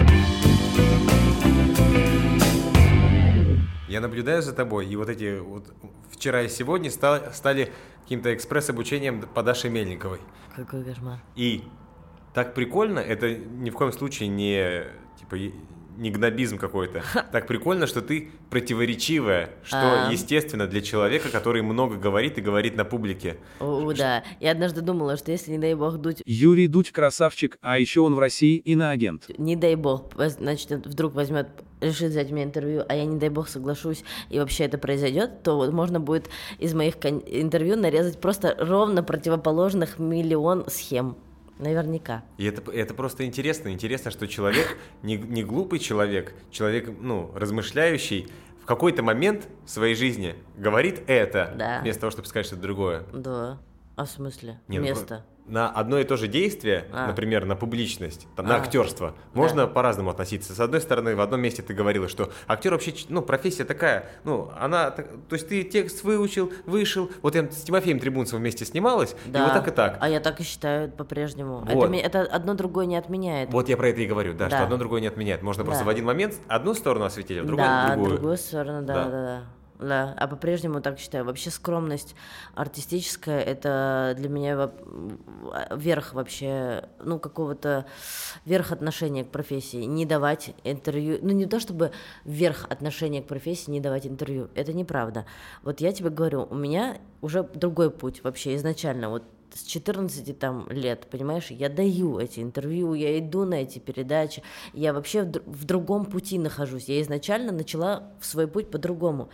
C: Я наблюдаю за тобой, и вот эти вот вчера и сегодня стали, стали каким-то экспресс-обучением по Даше Мельниковой.
A: Какой кошмар.
C: И так прикольно, это ни в коем случае не, типа, не гнобизм какой-то. Так прикольно, что ты противоречивая, что естественно для человека, который много говорит и говорит на публике.
A: О, да. Я однажды думала, что если, не дай бог, Дудь...
B: Юрий Дудь красавчик, а еще он в России иноагент.
A: Не дай бог, значит, вдруг возьмет, решит взять у меня интервью, а я, не дай бог, соглашусь, и вообще это произойдет, то вот можно будет из моих кон- интервью нарезать просто ровно противоположных миллион схем. Наверняка.
C: И это, это просто интересно. Интересно, что человек, не, не глупый человек, человек, ну, размышляющий, в какой-то момент в своей жизни говорит это,
A: да.
C: вместо того, чтобы сказать что-то другое.
A: Да. А в смысле?
C: Не,
A: Место.
C: Ну, на одно и то же действие,
A: А.
C: например, на публичность, там, на
A: А.
C: актерство, можно по-разному относиться. С одной стороны, в одном месте ты говорила, что актер вообще, ну, профессия такая, ну, она, так- то есть ты текст выучил, вышел, вот я с Тимофеем Трибунцевым вместе снималась, и
A: Да.
C: вот так и так.
A: А я так и считаю по-прежнему. Это,
C: Вот.
A: ми- это одно другое не отменяет.
C: Вот я про это и говорю, да,
A: Да.
C: что одно другое не отменяет. Можно просто
A: Да.
C: в один момент одну сторону осветить, а в другую
A: Да,
C: другую.
A: другую сторону, да,
C: Да.
A: да, да. Да, а по-прежнему так считаю. Вообще скромность артистическая — это для меня воп- верх вообще, ну, какого-то верх отношения к профессии. Не давать интервью, ну, не то чтобы верх отношения к профессии, не давать интервью. Это неправда. Вот я тебе говорю, у меня уже другой путь вообще изначально. Вот с четырнадцати там лет, понимаешь, я даю эти интервью, я иду на эти передачи, я вообще в, др- в другом пути нахожусь. Я изначально начала в свой путь по-другому.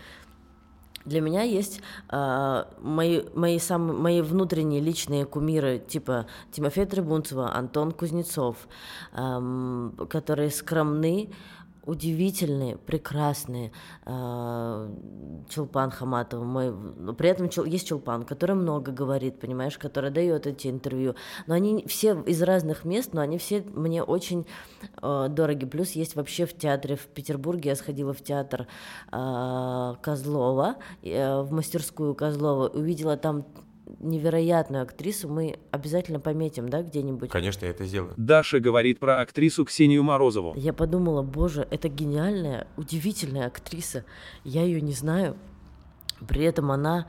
A: Для меня есть а, мои, мои, самые, мои внутренние личные кумиры, типа Тимофея Трибунцева, Антон Кузнецов, ам, которые скромны, удивительные, прекрасные. а, Чулпан Хаматова, мой, но при этом Чул- есть Чулпан, который много говорит, понимаешь, который дает эти интервью. Но они все из разных мест, но они все мне очень э, дороги. Плюс есть вообще в театре в Петербурге, я сходила в театр э, Козлова, э, в мастерскую Козлова, увидела там невероятную актрису, мы обязательно пометим, да, где-нибудь.
C: Конечно, я это сделаю.
B: Даша говорит про актрису Ксению Морозову.
A: Я подумала, боже, это гениальная, удивительная актриса, я ее не знаю. При этом она,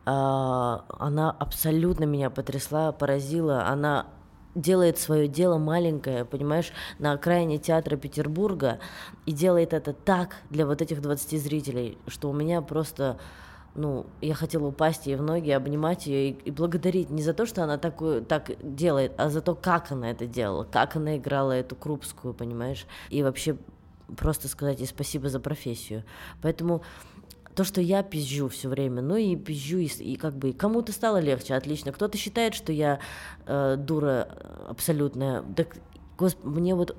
A: а, она абсолютно меня потрясла, поразила, она делает свое дело маленькое, понимаешь, на окраине театра Петербурга, и делает это так для вот этих двадцати зрителей, что у меня просто... Ну, я хотела упасть ей в ноги, обнимать ее и, и благодарить не за то, что она такую, так делает, а за то, как она это делала, как она играла эту Крупскую, понимаешь? И вообще просто сказать ей спасибо за профессию. Поэтому то, что я пизжу все время, ну и пизжу, и, и как бы кому-то стало легче, отлично. Кто-то считает, что я э, дура абсолютная. Так, госп... мне вот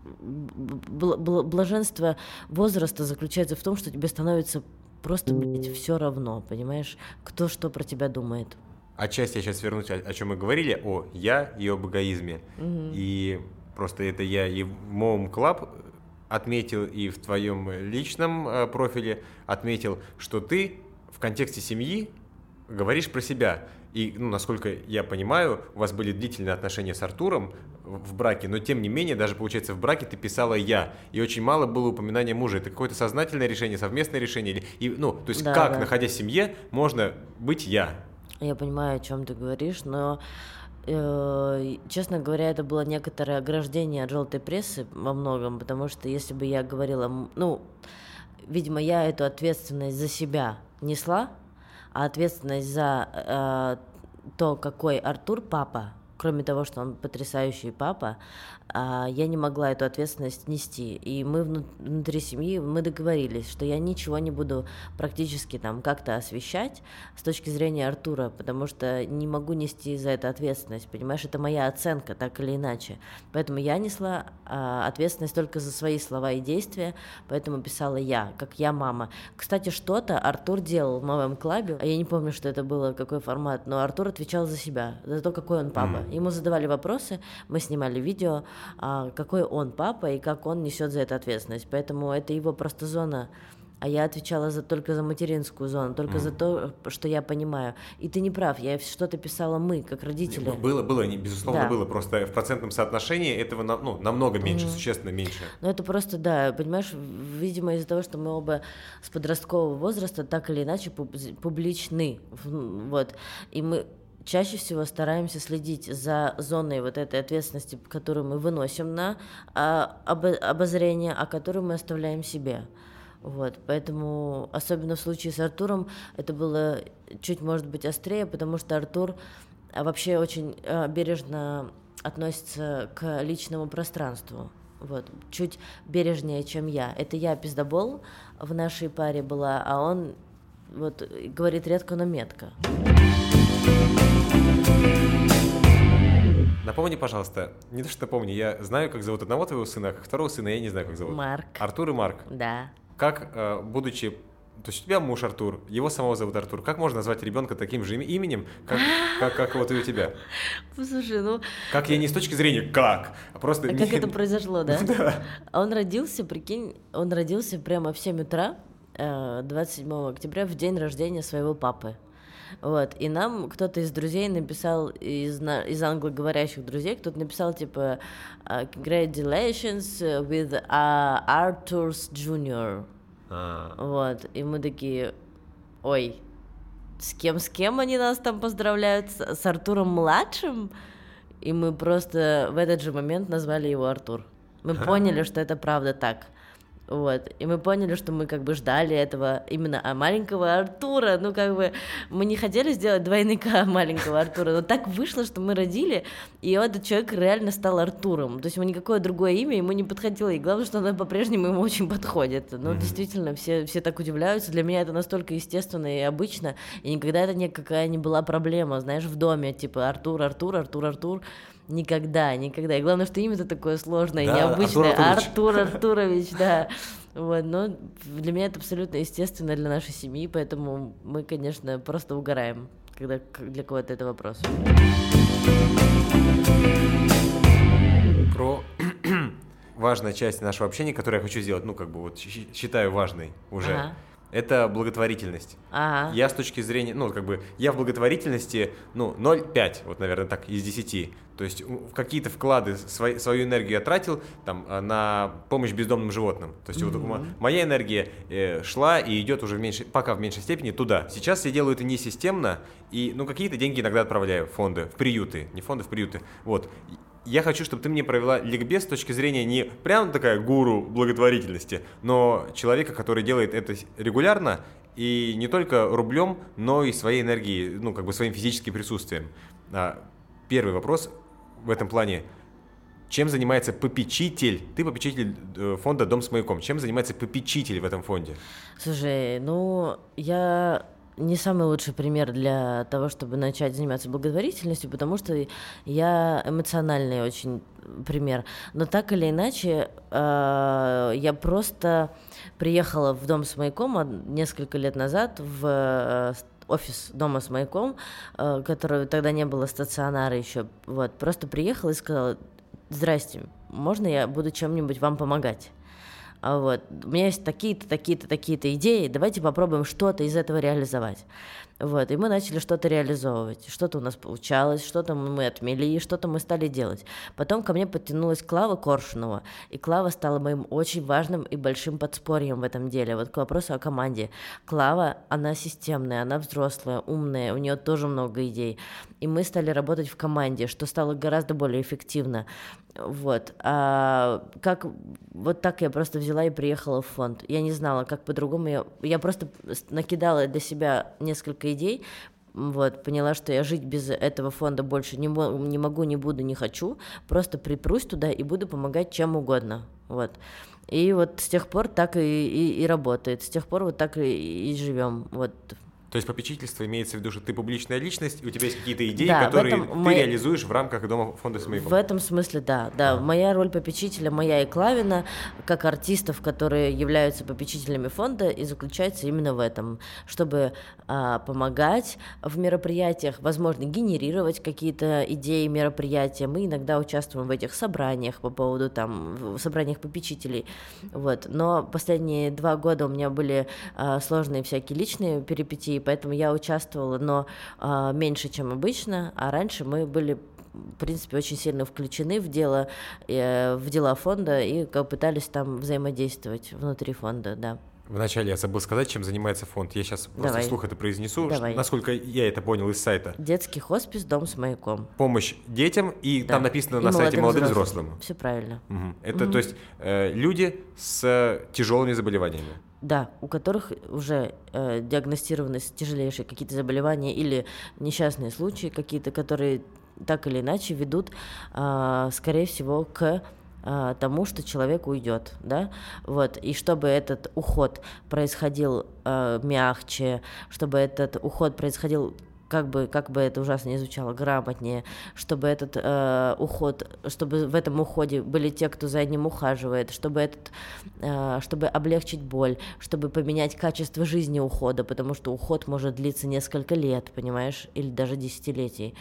A: бл- бл- блаженство возраста заключается в том, что тебе становится просто, блядь, все равно, понимаешь, кто что про тебя думает.
C: Отчасти я сейчас вернусь, о, о чем мы говорили, о я и об эгоизме. И просто это я и в Mom Club отметил, и в твоем личном э, профиле отметил, что ты в контексте семьи говоришь про себя. И, ну, насколько я понимаю, у вас были длительные отношения с Артуром в в браке, но тем не менее, даже, получается, в браке ты писала «я», и очень мало было упоминания мужа. Это какое-то сознательное решение, совместное решение? Или, и, ну, то есть
A: Да,
C: как,
A: да.
C: находясь в семье, можно быть «я»?
A: Я понимаю, о чем ты говоришь, но, э, честно говоря, это было некоторое ограждение от желтой прессы во многом, потому что если бы я говорила, м, ну, видимо, я эту ответственность за себя несла, а ответственность за э, то, какой Артур папа, кроме того, что он потрясающий папа, а, я не могла эту ответственность нести. И мы вну- внутри семьи мы договорились, что я ничего не буду практически там как-то освещать с точки зрения Артура, потому что не могу нести за это ответственность, понимаешь, это моя оценка, так или иначе. Поэтому я несла а, ответственность только за свои слова и действия, поэтому писала я, как я мама. Кстати, что-то Артур делал в моем клабе, а я не помню, что это было, какой формат, но Артур отвечал за себя, за то, какой он папа. Ему задавали вопросы, мы снимали видео, а, какой он папа и как он несет за это ответственность. Поэтому это его просто зона. А я отвечала за, только за материнскую зону, только за то, что я понимаю. И ты не прав, я что-то писала мы, как родители.
C: Было, было, не- безусловно,
A: Да.
C: было. Просто в процентном соотношении этого на- ну, намного меньше, существенно меньше.
A: Ну, это просто, да, понимаешь, в- видимо, из-за того, что мы оба с подросткового возраста так или иначе пуб- публичны, в- вот, и мы чаще всего стараемся следить за зоной вот этой ответственности, которую мы выносим на а, обо- обозрение, а которую мы оставляем себе. Вот, поэтому, особенно в случае с Артуром, это было чуть, может быть, острее, потому что Артур а, вообще очень а, бережно относится к личному пространству. Вот, чуть бережнее, чем я. Это я пиздобол в нашей паре была, а он вот говорит редко, но метко.
C: Напомни, пожалуйста, не то, что напомни, я знаю, как зовут одного твоего сына, а как второго сына я не знаю, как зовут.
A: Марк.
C: Артур и Марк.
A: Да.
C: Как, э, будучи То есть у тебя муж Артур, его самого зовут Артур. Как можно назвать ребенка таким же именем, как, как, как вот и у тебя?
A: Слушай, ну...
C: Как я не с точки зрения «как», а просто...
A: А
C: не...
A: как это произошло, да?
C: Да.
A: А он родился, прикинь, он родился прямо в семь утра, э, двадцать седьмого октября, в день рождения своего папы. Вот, и нам кто-то из друзей написал, из, на- из англоговорящих друзей, кто-то написал, типа, uh, congratulations with uh, Arthur's Junior
C: А,
A: Вот, и мы такие, ой, с кем, с кем они нас там поздравляют? С, с Артуром-младшим? И мы просто в этот же момент назвали его Артур. Мы поняли, что это правда так. Вот, и мы поняли, что мы как бы ждали этого именно а маленького Артура, ну как бы мы не хотели сделать двойника маленького Артура, но так вышло, что мы родили, и этот человек реально стал Артуром, то есть ему никакое другое имя ему не подходило, и главное, что оно по-прежнему ему очень подходит, ну mm-hmm. действительно, все, все так удивляются, для меня это настолько естественно и обычно, и никогда это никакая не была проблема, знаешь, в доме, типа Артур, Артур, Артур, Артур, никогда, никогда. И главное, что имя-то такое сложное,
C: да,
A: необычное.
C: Артур
A: Артур Артурович, да. Вот, но для меня это абсолютно естественно для нашей семьи, поэтому мы, конечно, просто угораем, когда для кого-то это вопрос.
C: Про важная часть нашего общения, которую я хочу сделать, ну, как бы вот считаю важной уже.
A: Ага.
C: Это благотворительность.
A: Ага.
C: Я с точки зрения, ну, как бы, я в благотворительности, ну, ноль целых пять, вот, наверное, так, из десяти. То есть в какие-то вклады, свои, свою энергию я тратил там, на помощь бездомным животным. То есть mm-hmm. вот моя энергия э, шла и идет уже в меньшей, пока в меньшей степени туда. Сейчас я делаю это не системно, и, ну, какие-то деньги иногда отправляю в фонды, в приюты, не в фонды, в приюты. Вот. Я хочу, чтобы ты мне провела ликбез с точки зрения не прям такая гуру благотворительности, но человека, который делает это регулярно и не только рублем, но и своей энергией, ну, как бы своим физическим присутствием. Первый вопрос в этом плане. Чем занимается попечитель? Ты попечитель фонда «Дом с маяком». Чем занимается попечитель в этом фонде?
A: Слушай, ну, я... не самый лучший пример для того, чтобы начать заниматься благотворительностью, потому что я эмоциональный очень пример. Но так или иначе, э, я просто приехала в Дом с маяком несколько лет назад в э, офис Дома с маяком, э, которого тогда не было стационара еще. Вот, просто приехала и сказала: «Здрасте, можно я буду чем-нибудь вам помогать? А вот, у меня есть такие-то, такие-то, такие-то идеи, давайте попробуем что-то из этого реализовать». Вот, и мы начали что-то реализовывать. Что-то у нас получалось, что-то мы отмели, что-то мы стали делать. Потом ко мне подтянулась Клава Коршунова, и Клава стала моим очень важным и большим подспорьем в этом деле. Вот к вопросу о команде. Клава, она системная, она взрослая, умная, у нее тоже много идей. И мы стали работать в команде, что стало гораздо более эффективно. Вот. А как... Вот так я просто взяла и приехала в фонд. Я не знала, как по-другому. Я, я просто накидала для себя несколько идей, вот, поняла, что я жить без этого фонда больше не, мо- не могу, не буду, не хочу, просто припрусь туда и буду помогать чем угодно, вот. И вот с тех пор так и, и, и работает, с тех пор вот так и, и живем, вот.
C: То есть попечительство имеется в виду, что ты публичная личность, и у тебя есть какие-то идеи,
A: Да,
C: которые
A: этом
C: ты
A: моя...
C: реализуешь в рамках Дома фонда с маяком.
A: В этом смысле, да, да.
C: А.
A: Моя роль попечителя, моя и Клавина, как артистов, которые являются попечителями фонда, и заключается именно в этом, чтобы а, помогать в мероприятиях, возможно, генерировать какие-то идеи мероприятия. Мы иногда участвуем в этих собраниях по поводу там, в собраниях попечителей, вот. Но последние два года у меня были а, сложные всякие личные перипетии, поэтому я участвовала, но а, меньше, чем обычно, а раньше мы были, в принципе, очень сильно включены в дело, э, в дела фонда и как, пытались там взаимодействовать внутри фонда, да.
C: Вначале я забыл сказать, чем занимается фонд. Я сейчас просто
A: Давай.
C: вслух это произнесу,
A: Давай.
C: что, насколько я это понял из сайта.
A: Детский хоспис «Дом с маяком».
C: Помощь детям, и
A: Да.
C: там написано
A: И
C: на сайте молодым
A: взрослым.
C: взрослым.
A: Все правильно.
C: Мгм. Это, то есть, э, люди с тяжелыми заболеваниями.
A: Да, у которых уже э, диагностированы тяжелейшие какие-то заболевания или несчастные случаи какие-то, которые так или иначе ведут, э, скорее всего, к э, тому, что человек уйдет, да, вот, и чтобы этот уход происходил э, мягче, чтобы этот уход происходил как бы, как бы это ужасно не звучало, грамотнее, чтобы этот э, уход, чтобы в этом уходе были те, кто за ним ухаживает, чтобы, этот, э, чтобы облегчить боль, чтобы поменять качество жизни ухода, потому что уход может длиться несколько лет, понимаешь, или даже десятилетий.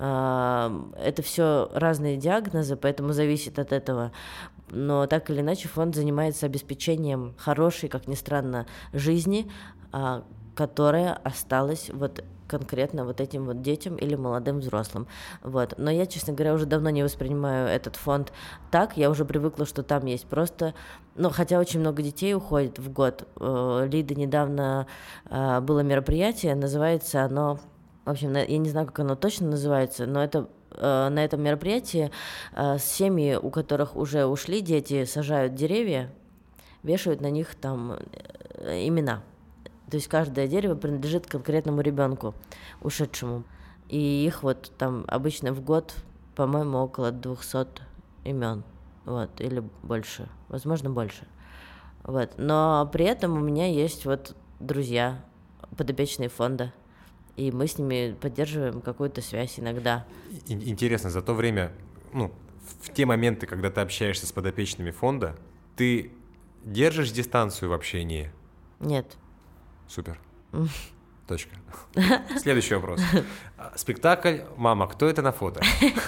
A: Э, это все разные диагнозы, поэтому зависит от этого. Но так или иначе фонд занимается обеспечением хорошей, как ни странно, жизни, э, которая осталась вот конкретно вот этим вот детям или молодым взрослым. Вот. Но я, честно говоря, уже давно не воспринимаю этот фонд так, я уже привыкла, что там есть просто, ну, хотя очень много детей уходит в год. Лида недавно было мероприятие, называется оно, в общем, я не знаю, как оно точно называется, но это на этом мероприятии семьи, у которых уже ушли дети, сажают деревья, вешают на них там имена. То есть каждое дерево принадлежит конкретному ребенку, ушедшему. И их вот там обычно в год, по-моему, около двухсот имен. Вот, или больше. Возможно, больше. Вот. Но при этом у меня есть вот друзья, подопечные фонда. И мы с ними поддерживаем какую-то связь иногда.
C: Интересно, за то время, ну, в те моменты, когда ты общаешься с подопечными фонда, ты держишь дистанцию в общении?
A: Нет.
C: Супер. Точка. Следующий вопрос. Спектакль «Мама, кто это на фото?»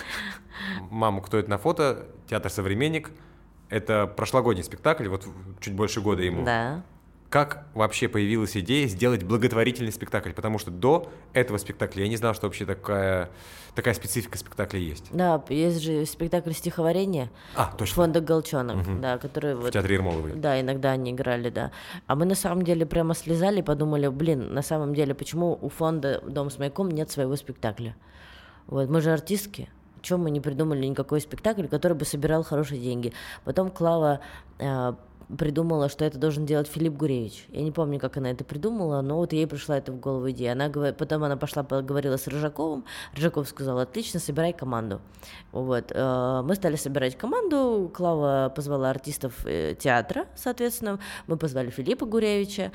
C: «Мама, кто это на фото?» Театр «Современник». Это прошлогодний спектакль, вот чуть больше года ему.
A: Да.
C: Как вообще появилась идея сделать благотворительный спектакль? Потому что до этого спектакля я не знал, что вообще такая, такая специфика спектакля есть.
A: Да, есть же спектакль стихотворения
C: а, точно.
A: фонда «Голчонок»,
C: угу.
A: да, который...
C: В
A: вот,
C: театре Ермоловой.
A: Да, иногда они играли, да. А мы на самом деле прямо слезали и подумали, блин, на самом деле, почему у фонда «Дом с маяком» нет своего спектакля? Вот, мы же артистки. Чего мы не придумали никакой спектакль, который бы собирал хорошие деньги? Потом Клава... Э, придумала, что это должен делать Филипп Гуревич. Я не помню, как она это придумала, но вот ей пришла это в голову идея. Она, потом она пошла поговорила с Рыжаковым. Рыжаков сказал: отлично, собирай команду. Вот. Мы стали собирать команду. Клава позвала артистов театра, соответственно. Мы позвали Филиппа Гуревича.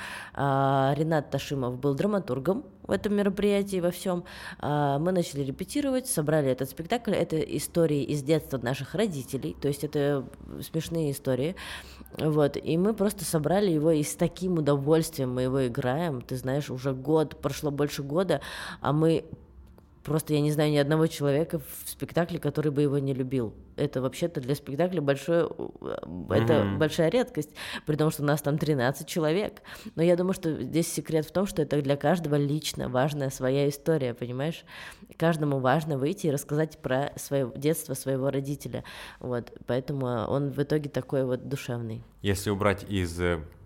A: Ренат Ташимов был драматургом в этом мероприятии, во всем. Мы начали репетировать, собрали этот спектакль. Это истории из детства наших родителей, то есть это смешные истории. Вот, и мы просто собрали его, и с таким удовольствием мы его играем. Ты знаешь, уже год, прошло больше года, а мы просто, я не знаю ни одного человека в спектакле, который бы его не любил. Это вообще-то для спектакля большое, mm-hmm. это большая редкость, при том, что у нас там тринадцать человек. Но я думаю, что здесь секрет в том, что это для каждого лично важная своя история, понимаешь? Каждому важно выйти и рассказать про свое детство своего родителя. Вот, поэтому он в итоге такой вот душевный.
C: Если убрать из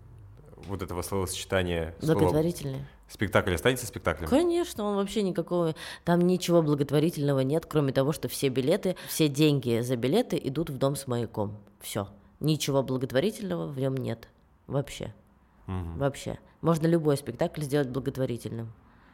C: вот этого словосочетания...
A: Благотворительный.
C: Слово... Спектакль останется спектаклем?
A: Конечно, он вообще никакого... Там ничего благотворительного нет, кроме того, что все билеты, все деньги за билеты идут в Дом с маяком. Все. Ничего благотворительного в нем нет. Вообще.
C: Угу.
A: Вообще. Можно любой спектакль сделать благотворительным.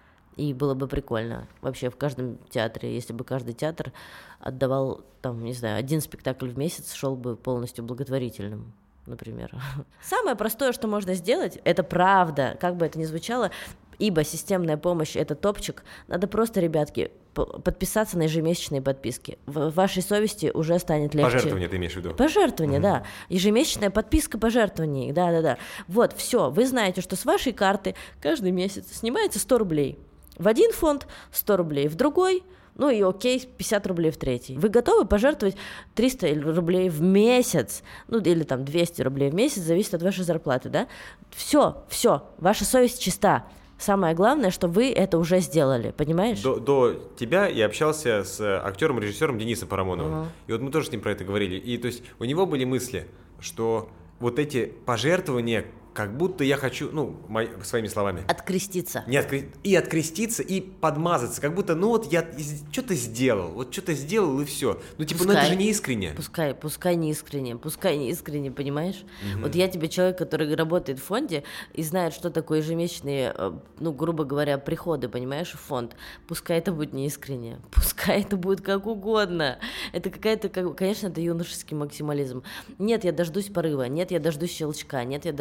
A: И было бы прикольно. Вообще в каждом театре, если бы каждый театр отдавал, там, не знаю, один спектакль в месяц шел бы полностью благотворительным, например. Самое простое, что можно сделать, это правда, как бы это ни звучало, ибо системная помощь — это топчик. Надо просто, ребятки, подписаться на ежемесячные подписки. В вашей совести уже станет легче.
C: Пожертвование ты имеешь в виду?
A: Пожертвование,
C: угу.
A: да. Ежемесячная подписка пожертвований, да-да-да. Вот, все, вы знаете, что с вашей карты каждый месяц снимается сто рублей. В один фонд сто рублей, в другой, ну и окей, пятьдесят рублей в третий. Вы готовы пожертвовать триста рублей в месяц, ну или там двести рублей в месяц, зависит от вашей зарплаты, да? Все, все, ваша совесть чиста. Самое главное, что вы это уже сделали, понимаешь?
C: До, до тебя я общался с актером-режиссером Денисом Парамоновым. Uh-huh. И вот мы тоже с ним про это говорили. И то есть у него были мысли, что вот эти пожертвования, как будто я хочу, ну, мои, своими словами...
A: Откреститься.
C: Не откре... И откреститься, и подмазаться. Как будто, ну вот я что-то сделал, вот что-то сделал, и все. Ну типа, пускай, ну это же не искренне.
A: Пускай, пускай не искренне, пускай не искренне, понимаешь? Угу. Вот я тебе человек, который работает в фонде и знает, что такое ежемесячные, ну, грубо говоря, приходы, понимаешь, в фонд. Пускай это будет не искренне, пускай это будет как угодно. Это какая-то, конечно, это юношеский максимализм. Нет, я дождусь порыва, нет, я дождусь щелчка, нет, я дождусь чего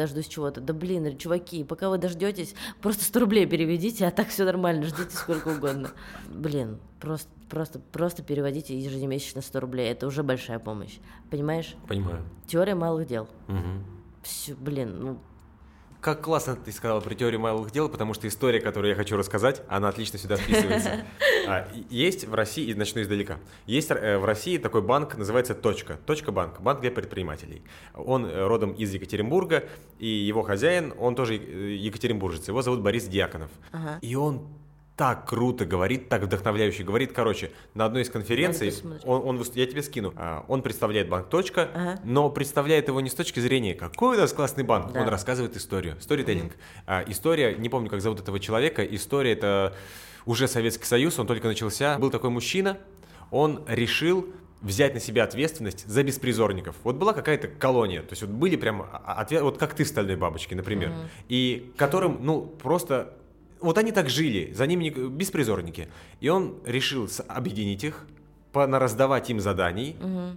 A: чего-то. Да блин, чуваки, пока вы дождетесь, просто сто рублей переведите, а так все нормально, ждите сколько угодно. Блин, просто, просто, просто переводите ежемесячно сто рублей, это уже большая помощь, понимаешь?
C: Понимаю.
A: Теория малых дел.
C: Угу.
A: Все, блин, ну...
C: Как классно ты сказала про теорию малых дел, потому что история, которую я хочу рассказать, она отлично сюда вписывается. А, есть в России, и начну издалека, есть э, в России такой банк, называется «Точка». «Точка банк», банк для предпринимателей. Он э, родом из Екатеринбурга, и его хозяин, он тоже э, екатеринбуржец, его зовут Борис Дьяконов.
A: Ага.
C: И он так круто говорит, так вдохновляюще говорит. Короче, на одной из конференций, он, он, я тебе скину, он представляет банк «Точка», ага. но представляет его не с точки зрения, какой у нас классный банк, да. Он рассказывает историю, сторителлинг. А, история, не помню, как зовут этого человека, история — это уже Советский Союз, он только начался. Был такой мужчина, он решил взять на себя ответственность за беспризорников. Вот была какая-то колония, то есть вот были прям, ответ, вот как ты в «Стальной бабочке», например, mm-hmm. и которым, ну, просто... Вот они так жили, за ними беспризорники. И он решил объединить их, раздавать им заданий угу.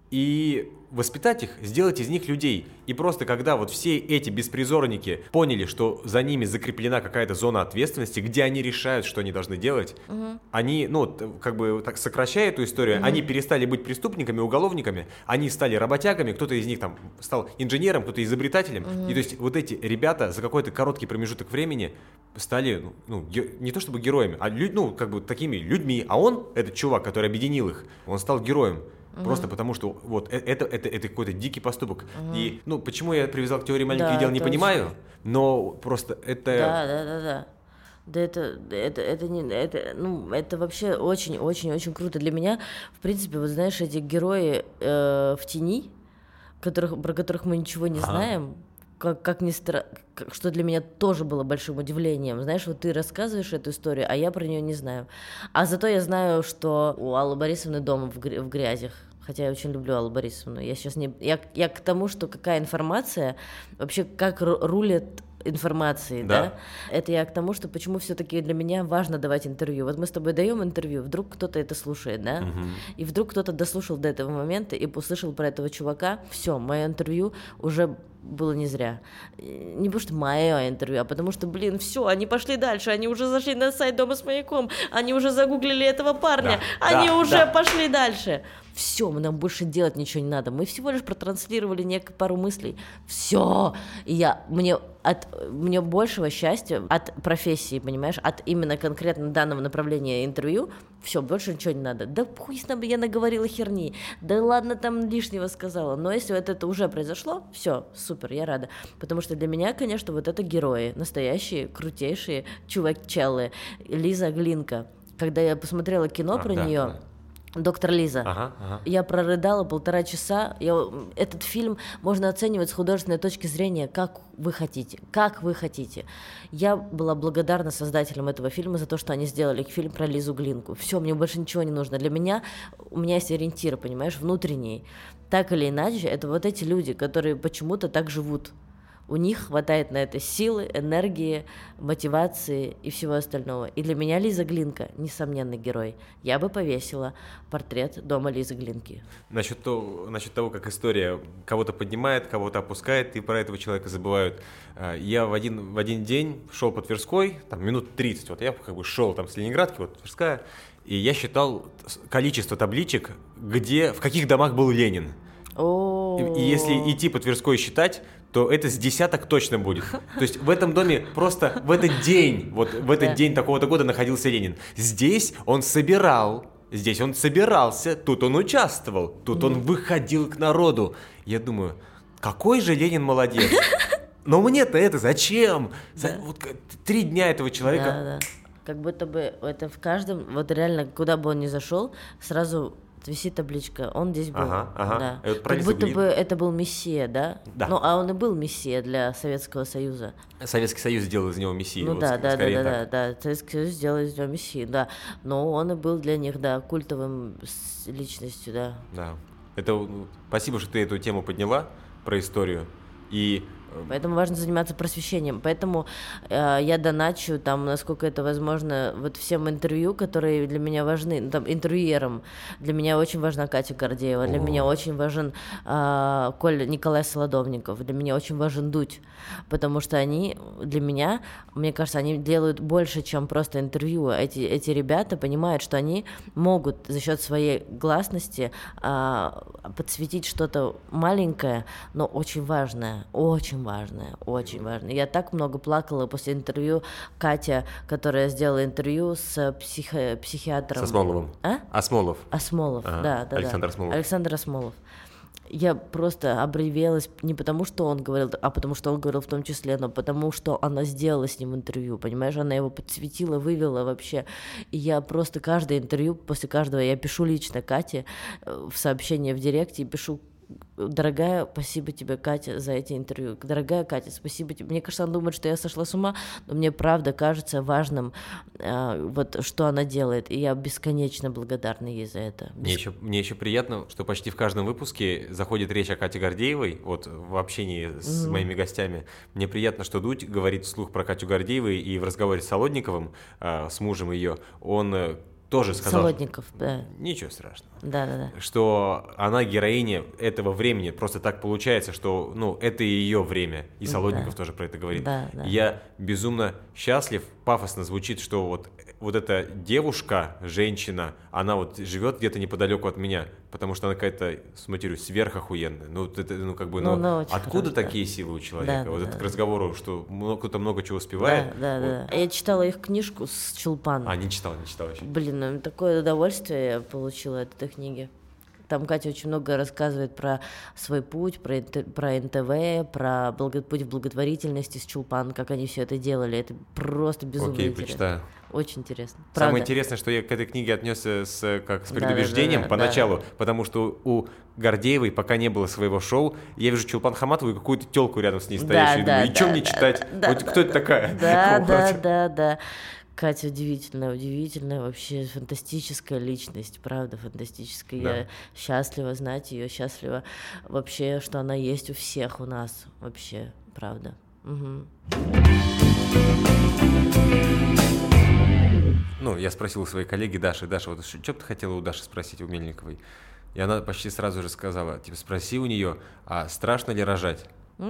C: и воспитать их, сделать из них людей. И просто когда вот все эти беспризорники поняли, что за ними закреплена какая-то зона ответственности, где они решают, что они должны делать, угу. они, ну, как бы так сокращая эту историю, угу. они перестали быть преступниками, уголовниками, они стали работягами, кто-то из них там стал инженером, кто-то изобретателем. Угу. И то есть вот эти ребята за какой-то короткий промежуток времени стали, ну, ге- не то чтобы героями, а лю- ну, как бы такими людьми. А он, этот чувак, который объединил их, он стал героем. Угу. Просто потому, что вот это, это, это какой-то дикий поступок. Угу. И, ну, почему я привязал к теории маленьких да, дел, не точно. Понимаю, но просто это...
A: Да, да, да, да. Да это, это, это, не, это, ну, это вообще очень-очень-очень круто. Для меня, в принципе, вот знаешь, эти герои э, в тени, которых, про которых мы ничего не знаем, как, как ни стра... что для меня тоже было большим удивлением. Знаешь, вот ты рассказываешь эту историю, а я про нее не знаю. А зато я знаю, что у Аллы Борисовны дом в, гря... в грязях. Хотя я очень люблю Аллу Борисовну. Я сейчас не... Я, я к тому, что какая информация, вообще как рулит информации, да. да? Это я к тому, что почему все-таки для меня важно давать интервью. Вот мы с тобой даем интервью, вдруг кто-то это слушает, да? Угу. И вдруг кто-то дослушал до этого момента и услышал про этого чувака. Все, мое интервью уже было не зря. Не потому что мое интервью, а потому что, блин, все, они пошли дальше, они уже зашли на сайт «Дома с маяком», они уже загуглили этого парня, да, они да, уже да. пошли дальше. Все, нам больше делать ничего не надо. Мы всего лишь протранслировали некую пару мыслей. Все. И я, мне, от, мне большего счастья от профессии, понимаешь, от именно конкретно данного направления интервью, все, больше ничего не надо. Да пусть нам я наговорила херни, да ладно, там лишнего сказала. Но если вот это уже произошло, все, супер, я рада. Потому что для меня, конечно, вот это герои, настоящие, крутейшие чувачеллы. Лиза Глинка. Когда я посмотрела кино а, про да, нее... Да. Доктор Лиза. Ага, ага. Я прорыдала полтора часа. Я, этот фильм можно оценивать с художественной точки зрения, как вы хотите. Как вы хотите. Я была благодарна создателям этого фильма за то, что они сделали фильм про Лизу Глинку. Все, мне больше ничего не нужно. Для меня, у меня есть ориентир, понимаешь, внутренний. Так или иначе, это вот эти люди, которые почему-то так живут. У них хватает на это силы, энергии, мотивации и всего остального. И для меня Лиза Глинка — несомненный герой. Я бы повесила портрет дома Лизы Глинки.
C: Насчет того, насчет того, как история кого-то поднимает, кого-то опускает, и про этого человека забывают. Я в один, в один день шел по Тверской, там минут тридцать, вот я как бы шел там с Ленинградки, вот Тверская, и я считал количество табличек, где, в каких домах был Ленин. И, и если идти по Тверской считать, то это с десяток точно будет. То есть в этом доме просто в этот день, вот в этот да. день такого-то года находился Ленин. Здесь он собирал, здесь он собирался, тут он участвовал, тут mm. он выходил к народу. Я думаю, какой же Ленин молодец. Но мне-то это зачем? Да. За, вот, три дня этого человека...
A: Да, да. Как будто бы это в каждом, вот реально, куда бы он ни зашел, сразу... висит табличка, он здесь был. Ага, ага. Да. Вот как будто бы это был мессия, да? Да. Ну, а он и был мессия для Советского Союза.
C: Советский Союз сделал из него мессию.
A: Ну
C: вот,
A: да, да, да, да,
C: да,
A: да. Советский Союз сделал из него мессию, да. Но он и был для них, да, культовым личностью, да.
C: Да. Это спасибо, что ты эту тему подняла про историю. И
A: Поэтому важно заниматься просвещением. Поэтому э, я доначу, там, насколько это возможно, вот всем интервью, которые для меня важны, ну, там, интервьюерам. Для меня очень важна Катя Гордеева, для
C: О.
A: меня очень важен э, Коля Николай Солодовников, для меня очень важен Дудь, потому что они для меня, мне кажется, они делают больше, чем просто интервью. Эти, эти ребята понимают, что они могут за счет своей гласности э, подсветить что-то маленькое, но очень важное, очень важное, очень важное. Я так много плакала после интервью Катя, которая сделала интервью с психо- психиатром.
C: Со Смоловым.
A: А?
C: Осмолов.
A: Осмолов,
C: Ага.
A: да, да,
C: Александр
A: да.
C: Осмолов.
A: Александр Осмолов. Я просто обревелась не потому, что он говорил, а потому что он говорил в том числе, но потому что она сделала с ним интервью, понимаешь, она его подсветила, вывела вообще. И я просто каждое интервью, после каждого я пишу лично Кате в сообщение в директе и пишу: дорогая, спасибо тебе, Катя, за эти интервью. Дорогая Катя, спасибо тебе. Мне кажется, она думает, что я сошла с ума, но мне правда кажется важным, э, вот что она делает, и я бесконечно благодарна ей за это.
C: Мне еще, мне еще приятно, что почти в каждом выпуске заходит речь о Кате Гордеевой, вот в общении с mm-hmm. моими гостями. Мне приятно, что Дудь говорит вслух про Катю Гордееву, и в разговоре с Солодниковым, э, с мужем ее, он тоже сказал...
A: Солодников, да.
C: Ничего страшного.
A: Да-да-да.
C: Что она героиня этого времени. Просто так получается, что, ну, это ее время. И Солодников да. тоже про это говорит.
A: Да, да.
C: Я безумно счастлив, пафосно звучит, что вот, вот эта девушка, женщина, она вот живет где-то неподалеку от меня, потому что она какая-то, смотрю, сверхохуенная. Ну, это, ну, как бы, ну,
A: ну,
C: откуда
A: хорошо,
C: такие
A: да.
C: силы у человека?
A: Да,
C: вот
A: да,
C: это
A: да.
C: к разговору, что кто-то много чего успевает.
A: Да, да,
C: вот.
A: да. Я читала их книжку с Чулпан.
C: А, не читал, не читал еще.
A: Блин, ну, такое удовольствие я получила от этой книги. Там Катя очень много рассказывает про свой путь, про, про эн тэ вэ, про благо, путь в благотворительности с Чулпан, как они все это делали. Это просто безумно
C: Окей,
A: интересно.
C: почитаю.
A: Очень интересно.
C: Самое
A: Правда.
C: интересное, что я к этой книге отнесся с, как, с предубеждением
A: да, да, да,
C: поначалу,
A: да.
C: потому что у Гордеевой пока не было своего шоу, я вижу Чулпан Хаматову и какую-то телку рядом с ней стоящую,
A: да,
C: и думаю,
A: да,
C: и что
A: да,
C: мне
A: да,
C: читать?
A: да,
C: вот
A: да,
C: кто
A: да,
C: это такая?
A: Да,
C: Вот.
A: да, да, да. Катя удивительная, удивительная, вообще фантастическая личность, правда, фантастическая.
C: Да.
A: Я счастлива знать ее, счастлива вообще, что она есть у всех у нас, вообще, правда. Угу.
C: Ну, я спросил у своей коллеги Даши, Даша, вот что бы ты хотела у Даши спросить, у Мельниковой? И она почти сразу же сказала, типа, спроси у нее, а страшно ли рожать?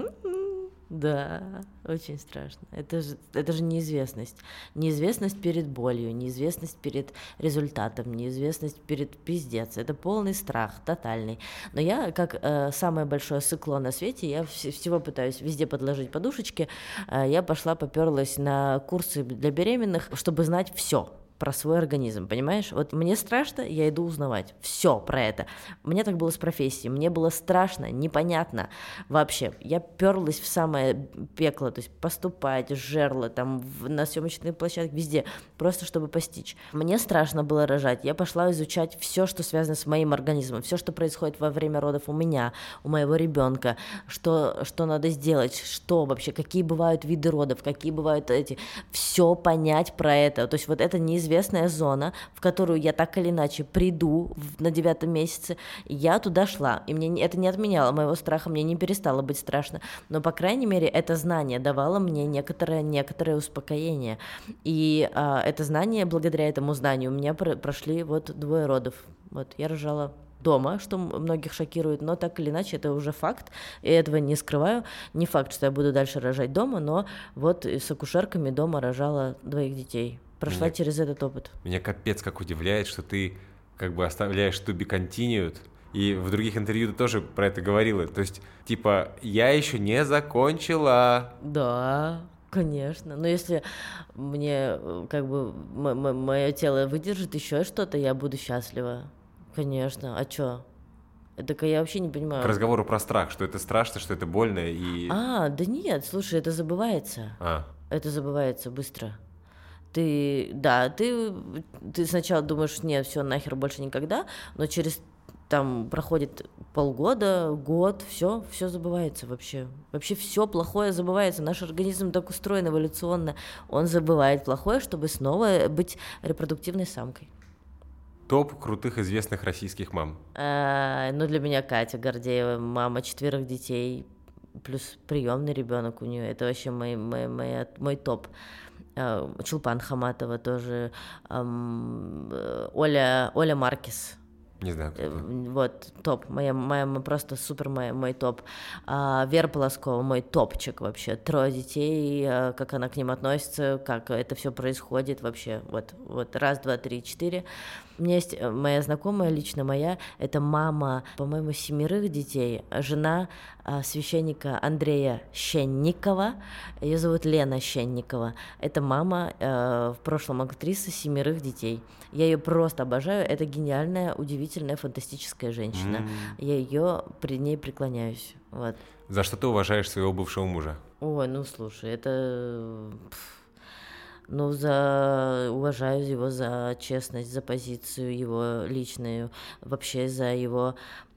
A: Да, очень страшно. Это же, это же неизвестность. Неизвестность перед болью, неизвестность перед результатом, неизвестность перед пиздец. Это полный страх, тотальный. Но я, как э, самое большое сыкло на свете, я вс- всего пытаюсь везде подложить подушечки. Э, я пошла, поперлась на курсы для беременных, чтобы знать все про свой организм, понимаешь? Вот мне страшно, я иду узнавать все про это. Мне так было с профессией, мне было страшно, непонятно вообще. Я перлась в самое пекло, то есть поступать, жерло, там, в, на съемочные площадки, везде, просто чтобы постичь. Мне страшно было рожать, я пошла изучать все, что связано с моим организмом, все, что происходит во время родов у меня, у моего ребенка, что, что надо сделать, что вообще, какие бывают виды родов, какие бывают эти, все понять про это. То есть вот это неизвестно. Известная зона, в которую я так или иначе приду в, на девятом месяце, я туда шла, и мне это не отменяло моего страха, мне не перестало быть страшно, но, по крайней мере, это знание давало мне некоторое, некоторое успокоение, и а, это знание, благодаря этому знанию, у меня про- прошли вот двое родов, вот, я рожала дома, что многих шокирует, но так или иначе это уже факт, и этого не скрываю, не факт, что я буду дальше рожать дома, но вот с акушерками дома рожала двоих детей. Прошла меня, через этот опыт.
C: Меня капец как удивляет, что ты как бы оставляешь to be continued, и в других интервью ты тоже про это говорила. То есть, типа, я еще не закончила.
A: Да, конечно. Но если мне как бы м- м- мое тело выдержит еще что-то, я буду счастлива. Конечно. А чё? Это я вообще не понимаю.
C: К разговору про страх, что это страшно, что это больно и...
A: А, да нет, слушай, это забывается.
C: А.
A: Это забывается быстро. Ты, да, ты, ты сначала думаешь, нет, все, нахер больше никогда, но через, там, проходит полгода, год, все, все забывается вообще. Вообще все плохое забывается. Наш организм так устроен эволюционно, он забывает плохое, чтобы снова быть репродуктивной самкой.
C: Топ крутых известных российских мам.
A: А, ну, для меня Катя Гордеева, мама четверых детей, плюс приемный ребенок у нее, это вообще мой, мой, мой, мой топ. Чулпан Хаматова тоже, Оля, Оля Маркес.
C: Не знаю.
A: Вот, топ, моя, моя, просто супер мой, мой топ. А, Вера Полоскова, мой топчик вообще. Трое детей, как она к ним относится, как это все происходит вообще. Вот, вот, раз, два, три, четыре. У меня есть моя знакомая, лично моя, это мама, по-моему, семерых детей, жена а, священника Андрея Щенникова, ее зовут Лена Щенникова. Это мама, э, в прошлом актриса семерых детей. Я ее просто обожаю, это гениальная, удивительная, фантастическая женщина. Mm. Я ее при ней преклоняюсь. Вот.
C: За что ты уважаешь своего бывшего мужа?
A: Ой, ну слушай, это... Ну, за уважаю его за честность, за позицию его личную, вообще за его,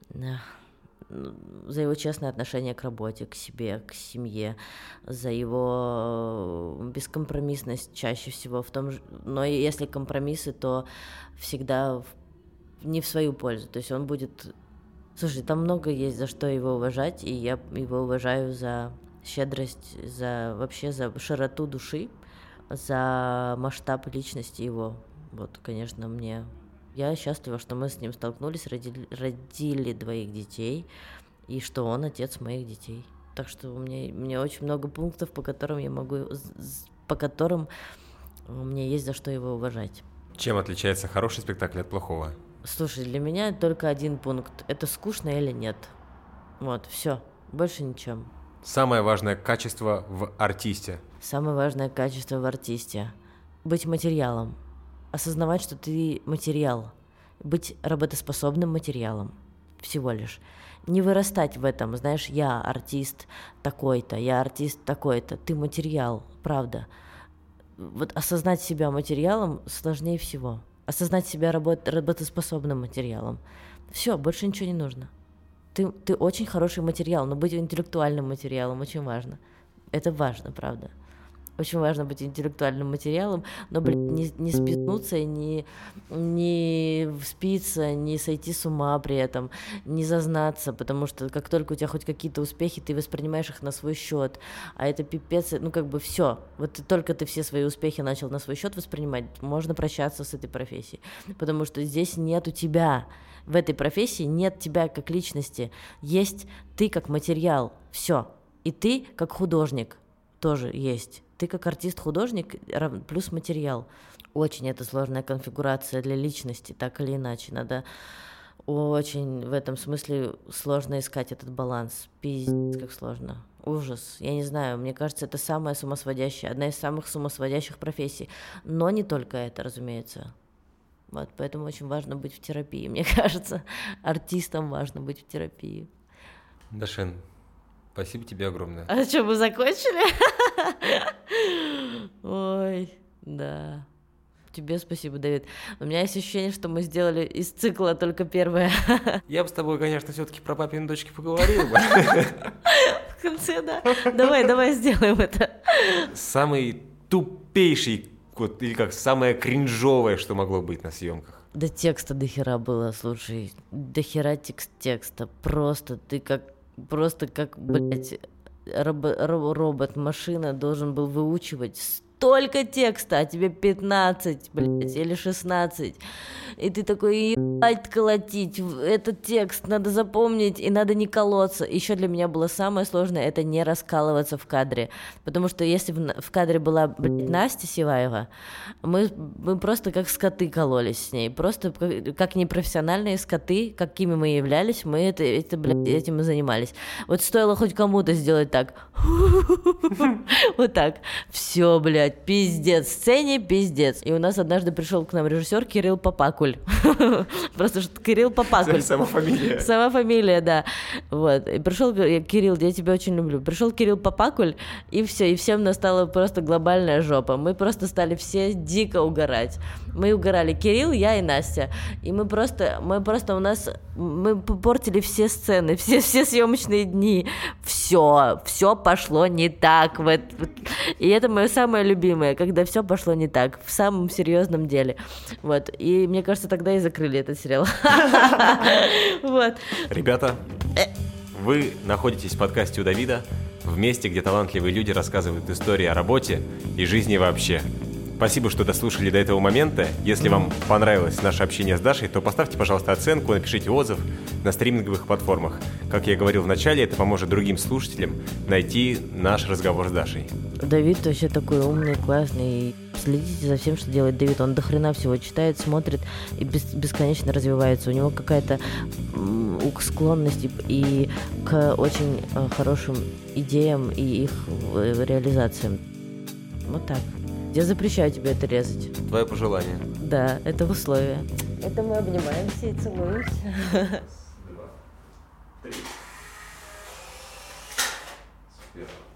A: за его честное отношение к работе, к себе, к семье, за его бескомпромиссность чаще всего в том же, но если компромиссы, то всегда не в свою пользу, то есть он будет, слушай, там много есть за что его уважать, и я его уважаю за щедрость, за вообще за широту души, за масштаб личности его. Вот, конечно, мне... Я счастлива, что мы с ним столкнулись, родили, родили двоих детей, и что он отец моих детей. Так что у меня, у меня очень много пунктов, по которым я могу... По которым у меня есть за что его уважать.
C: Чем отличается хороший спектакль от плохого?
A: Слушай, для меня только один пункт. Это скучно или нет. Вот, все. Больше ничем.
C: Самое важное качество в артисте?
A: Самое важное качество в артисте – быть материалом. Осознавать, что ты материал. Быть работоспособным материалом. Всего лишь. Не вырастать в этом. Знаешь, я артист такой-то, я артист такой-то. Ты материал, правда. Вот осознать себя материалом сложнее всего. Осознать себя работ- работоспособным материалом. Все, больше ничего не нужно. Ты, ты очень хороший материал, но быть интеллектуальным материалом очень важно. Это важно, правда. Очень важно быть интеллектуальным материалом, но, блин, не, не спизнуться, не, не спиться, не сойти с ума при этом, не зазнаться, потому что как только у тебя хоть какие-то успехи, ты воспринимаешь их на свой счет, а это пипец, ну как бы все. Вот только ты все свои успехи начал на свой счет воспринимать, можно прощаться с этой профессией, потому что здесь нету тебя. В этой профессии нет тебя как личности, есть ты как материал, все. И ты как художник тоже есть. Ты как артист-художник плюс материал. Очень это сложная конфигурация для личности, так или иначе. Надо очень в этом смысле сложно искать этот баланс. Пиздец, как сложно. Ужас. Я не знаю, мне кажется, это самая сумасводящая, одна из самых сумасводящих профессий. Но не только это, разумеется. Вот, поэтому очень важно быть в терапии, мне кажется. Артистам важно быть в терапии.
C: Дашин, спасибо тебе огромное.
A: А что, мы закончили? Ой, да. Тебе спасибо, Давид. У меня есть ощущение, что мы сделали из цикла только первое.
C: Я бы с тобой, конечно, все-таки про папины дочки поговорил бы.
A: В конце, да. Давай, давай сделаем это.
C: Самый тупейший, вот, или как самое кринжовое, что могло быть на съемках.
A: Да текста дохера было, слушай. Дохера текст текста. Просто ты как, просто как, блядь, робо- ро- робот-машина должен был выучивать столько текста, а тебе пятнадцать, блядь, или шестнадцать. И ты такой, ебать, колотить, этот текст надо запомнить, и надо не колоться. Еще для меня было самое сложное, это не раскалываться в кадре. Потому что если в, в кадре была, блядь, Настя Сиваева, мы, мы просто как скоты кололись с ней. Просто как, как непрофессиональные скоты, какими мы являлись, мы это, это, блядь, этим и занимались. Вот стоило хоть кому-то сделать так. Вот так. Все, блядь, пиздец. Сцене пиздец. И у нас однажды пришел к нам режиссер Кирилл Попакуль. Просто что Кирилл Попакуль.
C: Сама фамилия.
A: Сама фамилия, да. Вот. И пришел Кирилл, я тебя очень люблю. Пришел Кирилл Попакуль, и все, и всем настала просто глобальная жопа. Мы просто стали все дико угорать. Мы угорали. Кирилл, я и Настя. И мы просто, мы просто у нас, мы портили все сцены, все, все съемочные дни. Все, все пошло не так. Вот. И это мое самое любимое, когда все пошло не так, в самом серьезном деле. Вот. И мне кажется, тогда и закрыли этот сериал. Вот.
C: Ребята, Вы находитесь в подкасте у Давида, в месте, где талантливые люди рассказывают истории о работе и жизни вообще. Спасибо, что дослушали до этого момента. Если вам понравилось наше общение с Дашей, то поставьте, пожалуйста, оценку, напишите отзыв на стриминговых платформах. Как я говорил в начале, это поможет другим слушателям найти наш разговор с Дашей.
A: Давид вообще такой умный, классный. Следите за всем, что делает Давид. Он дохрена всего читает, смотрит и бес- бесконечно развивается. У него какая-то м, склонность и, и к очень э, хорошим идеям и их э, реализациям. Вот так. Я запрещаю тебе это резать.
C: Твое пожелание.
A: Да, это условие. Это мы обнимаемся и целуемся.
C: Два, три. Супер.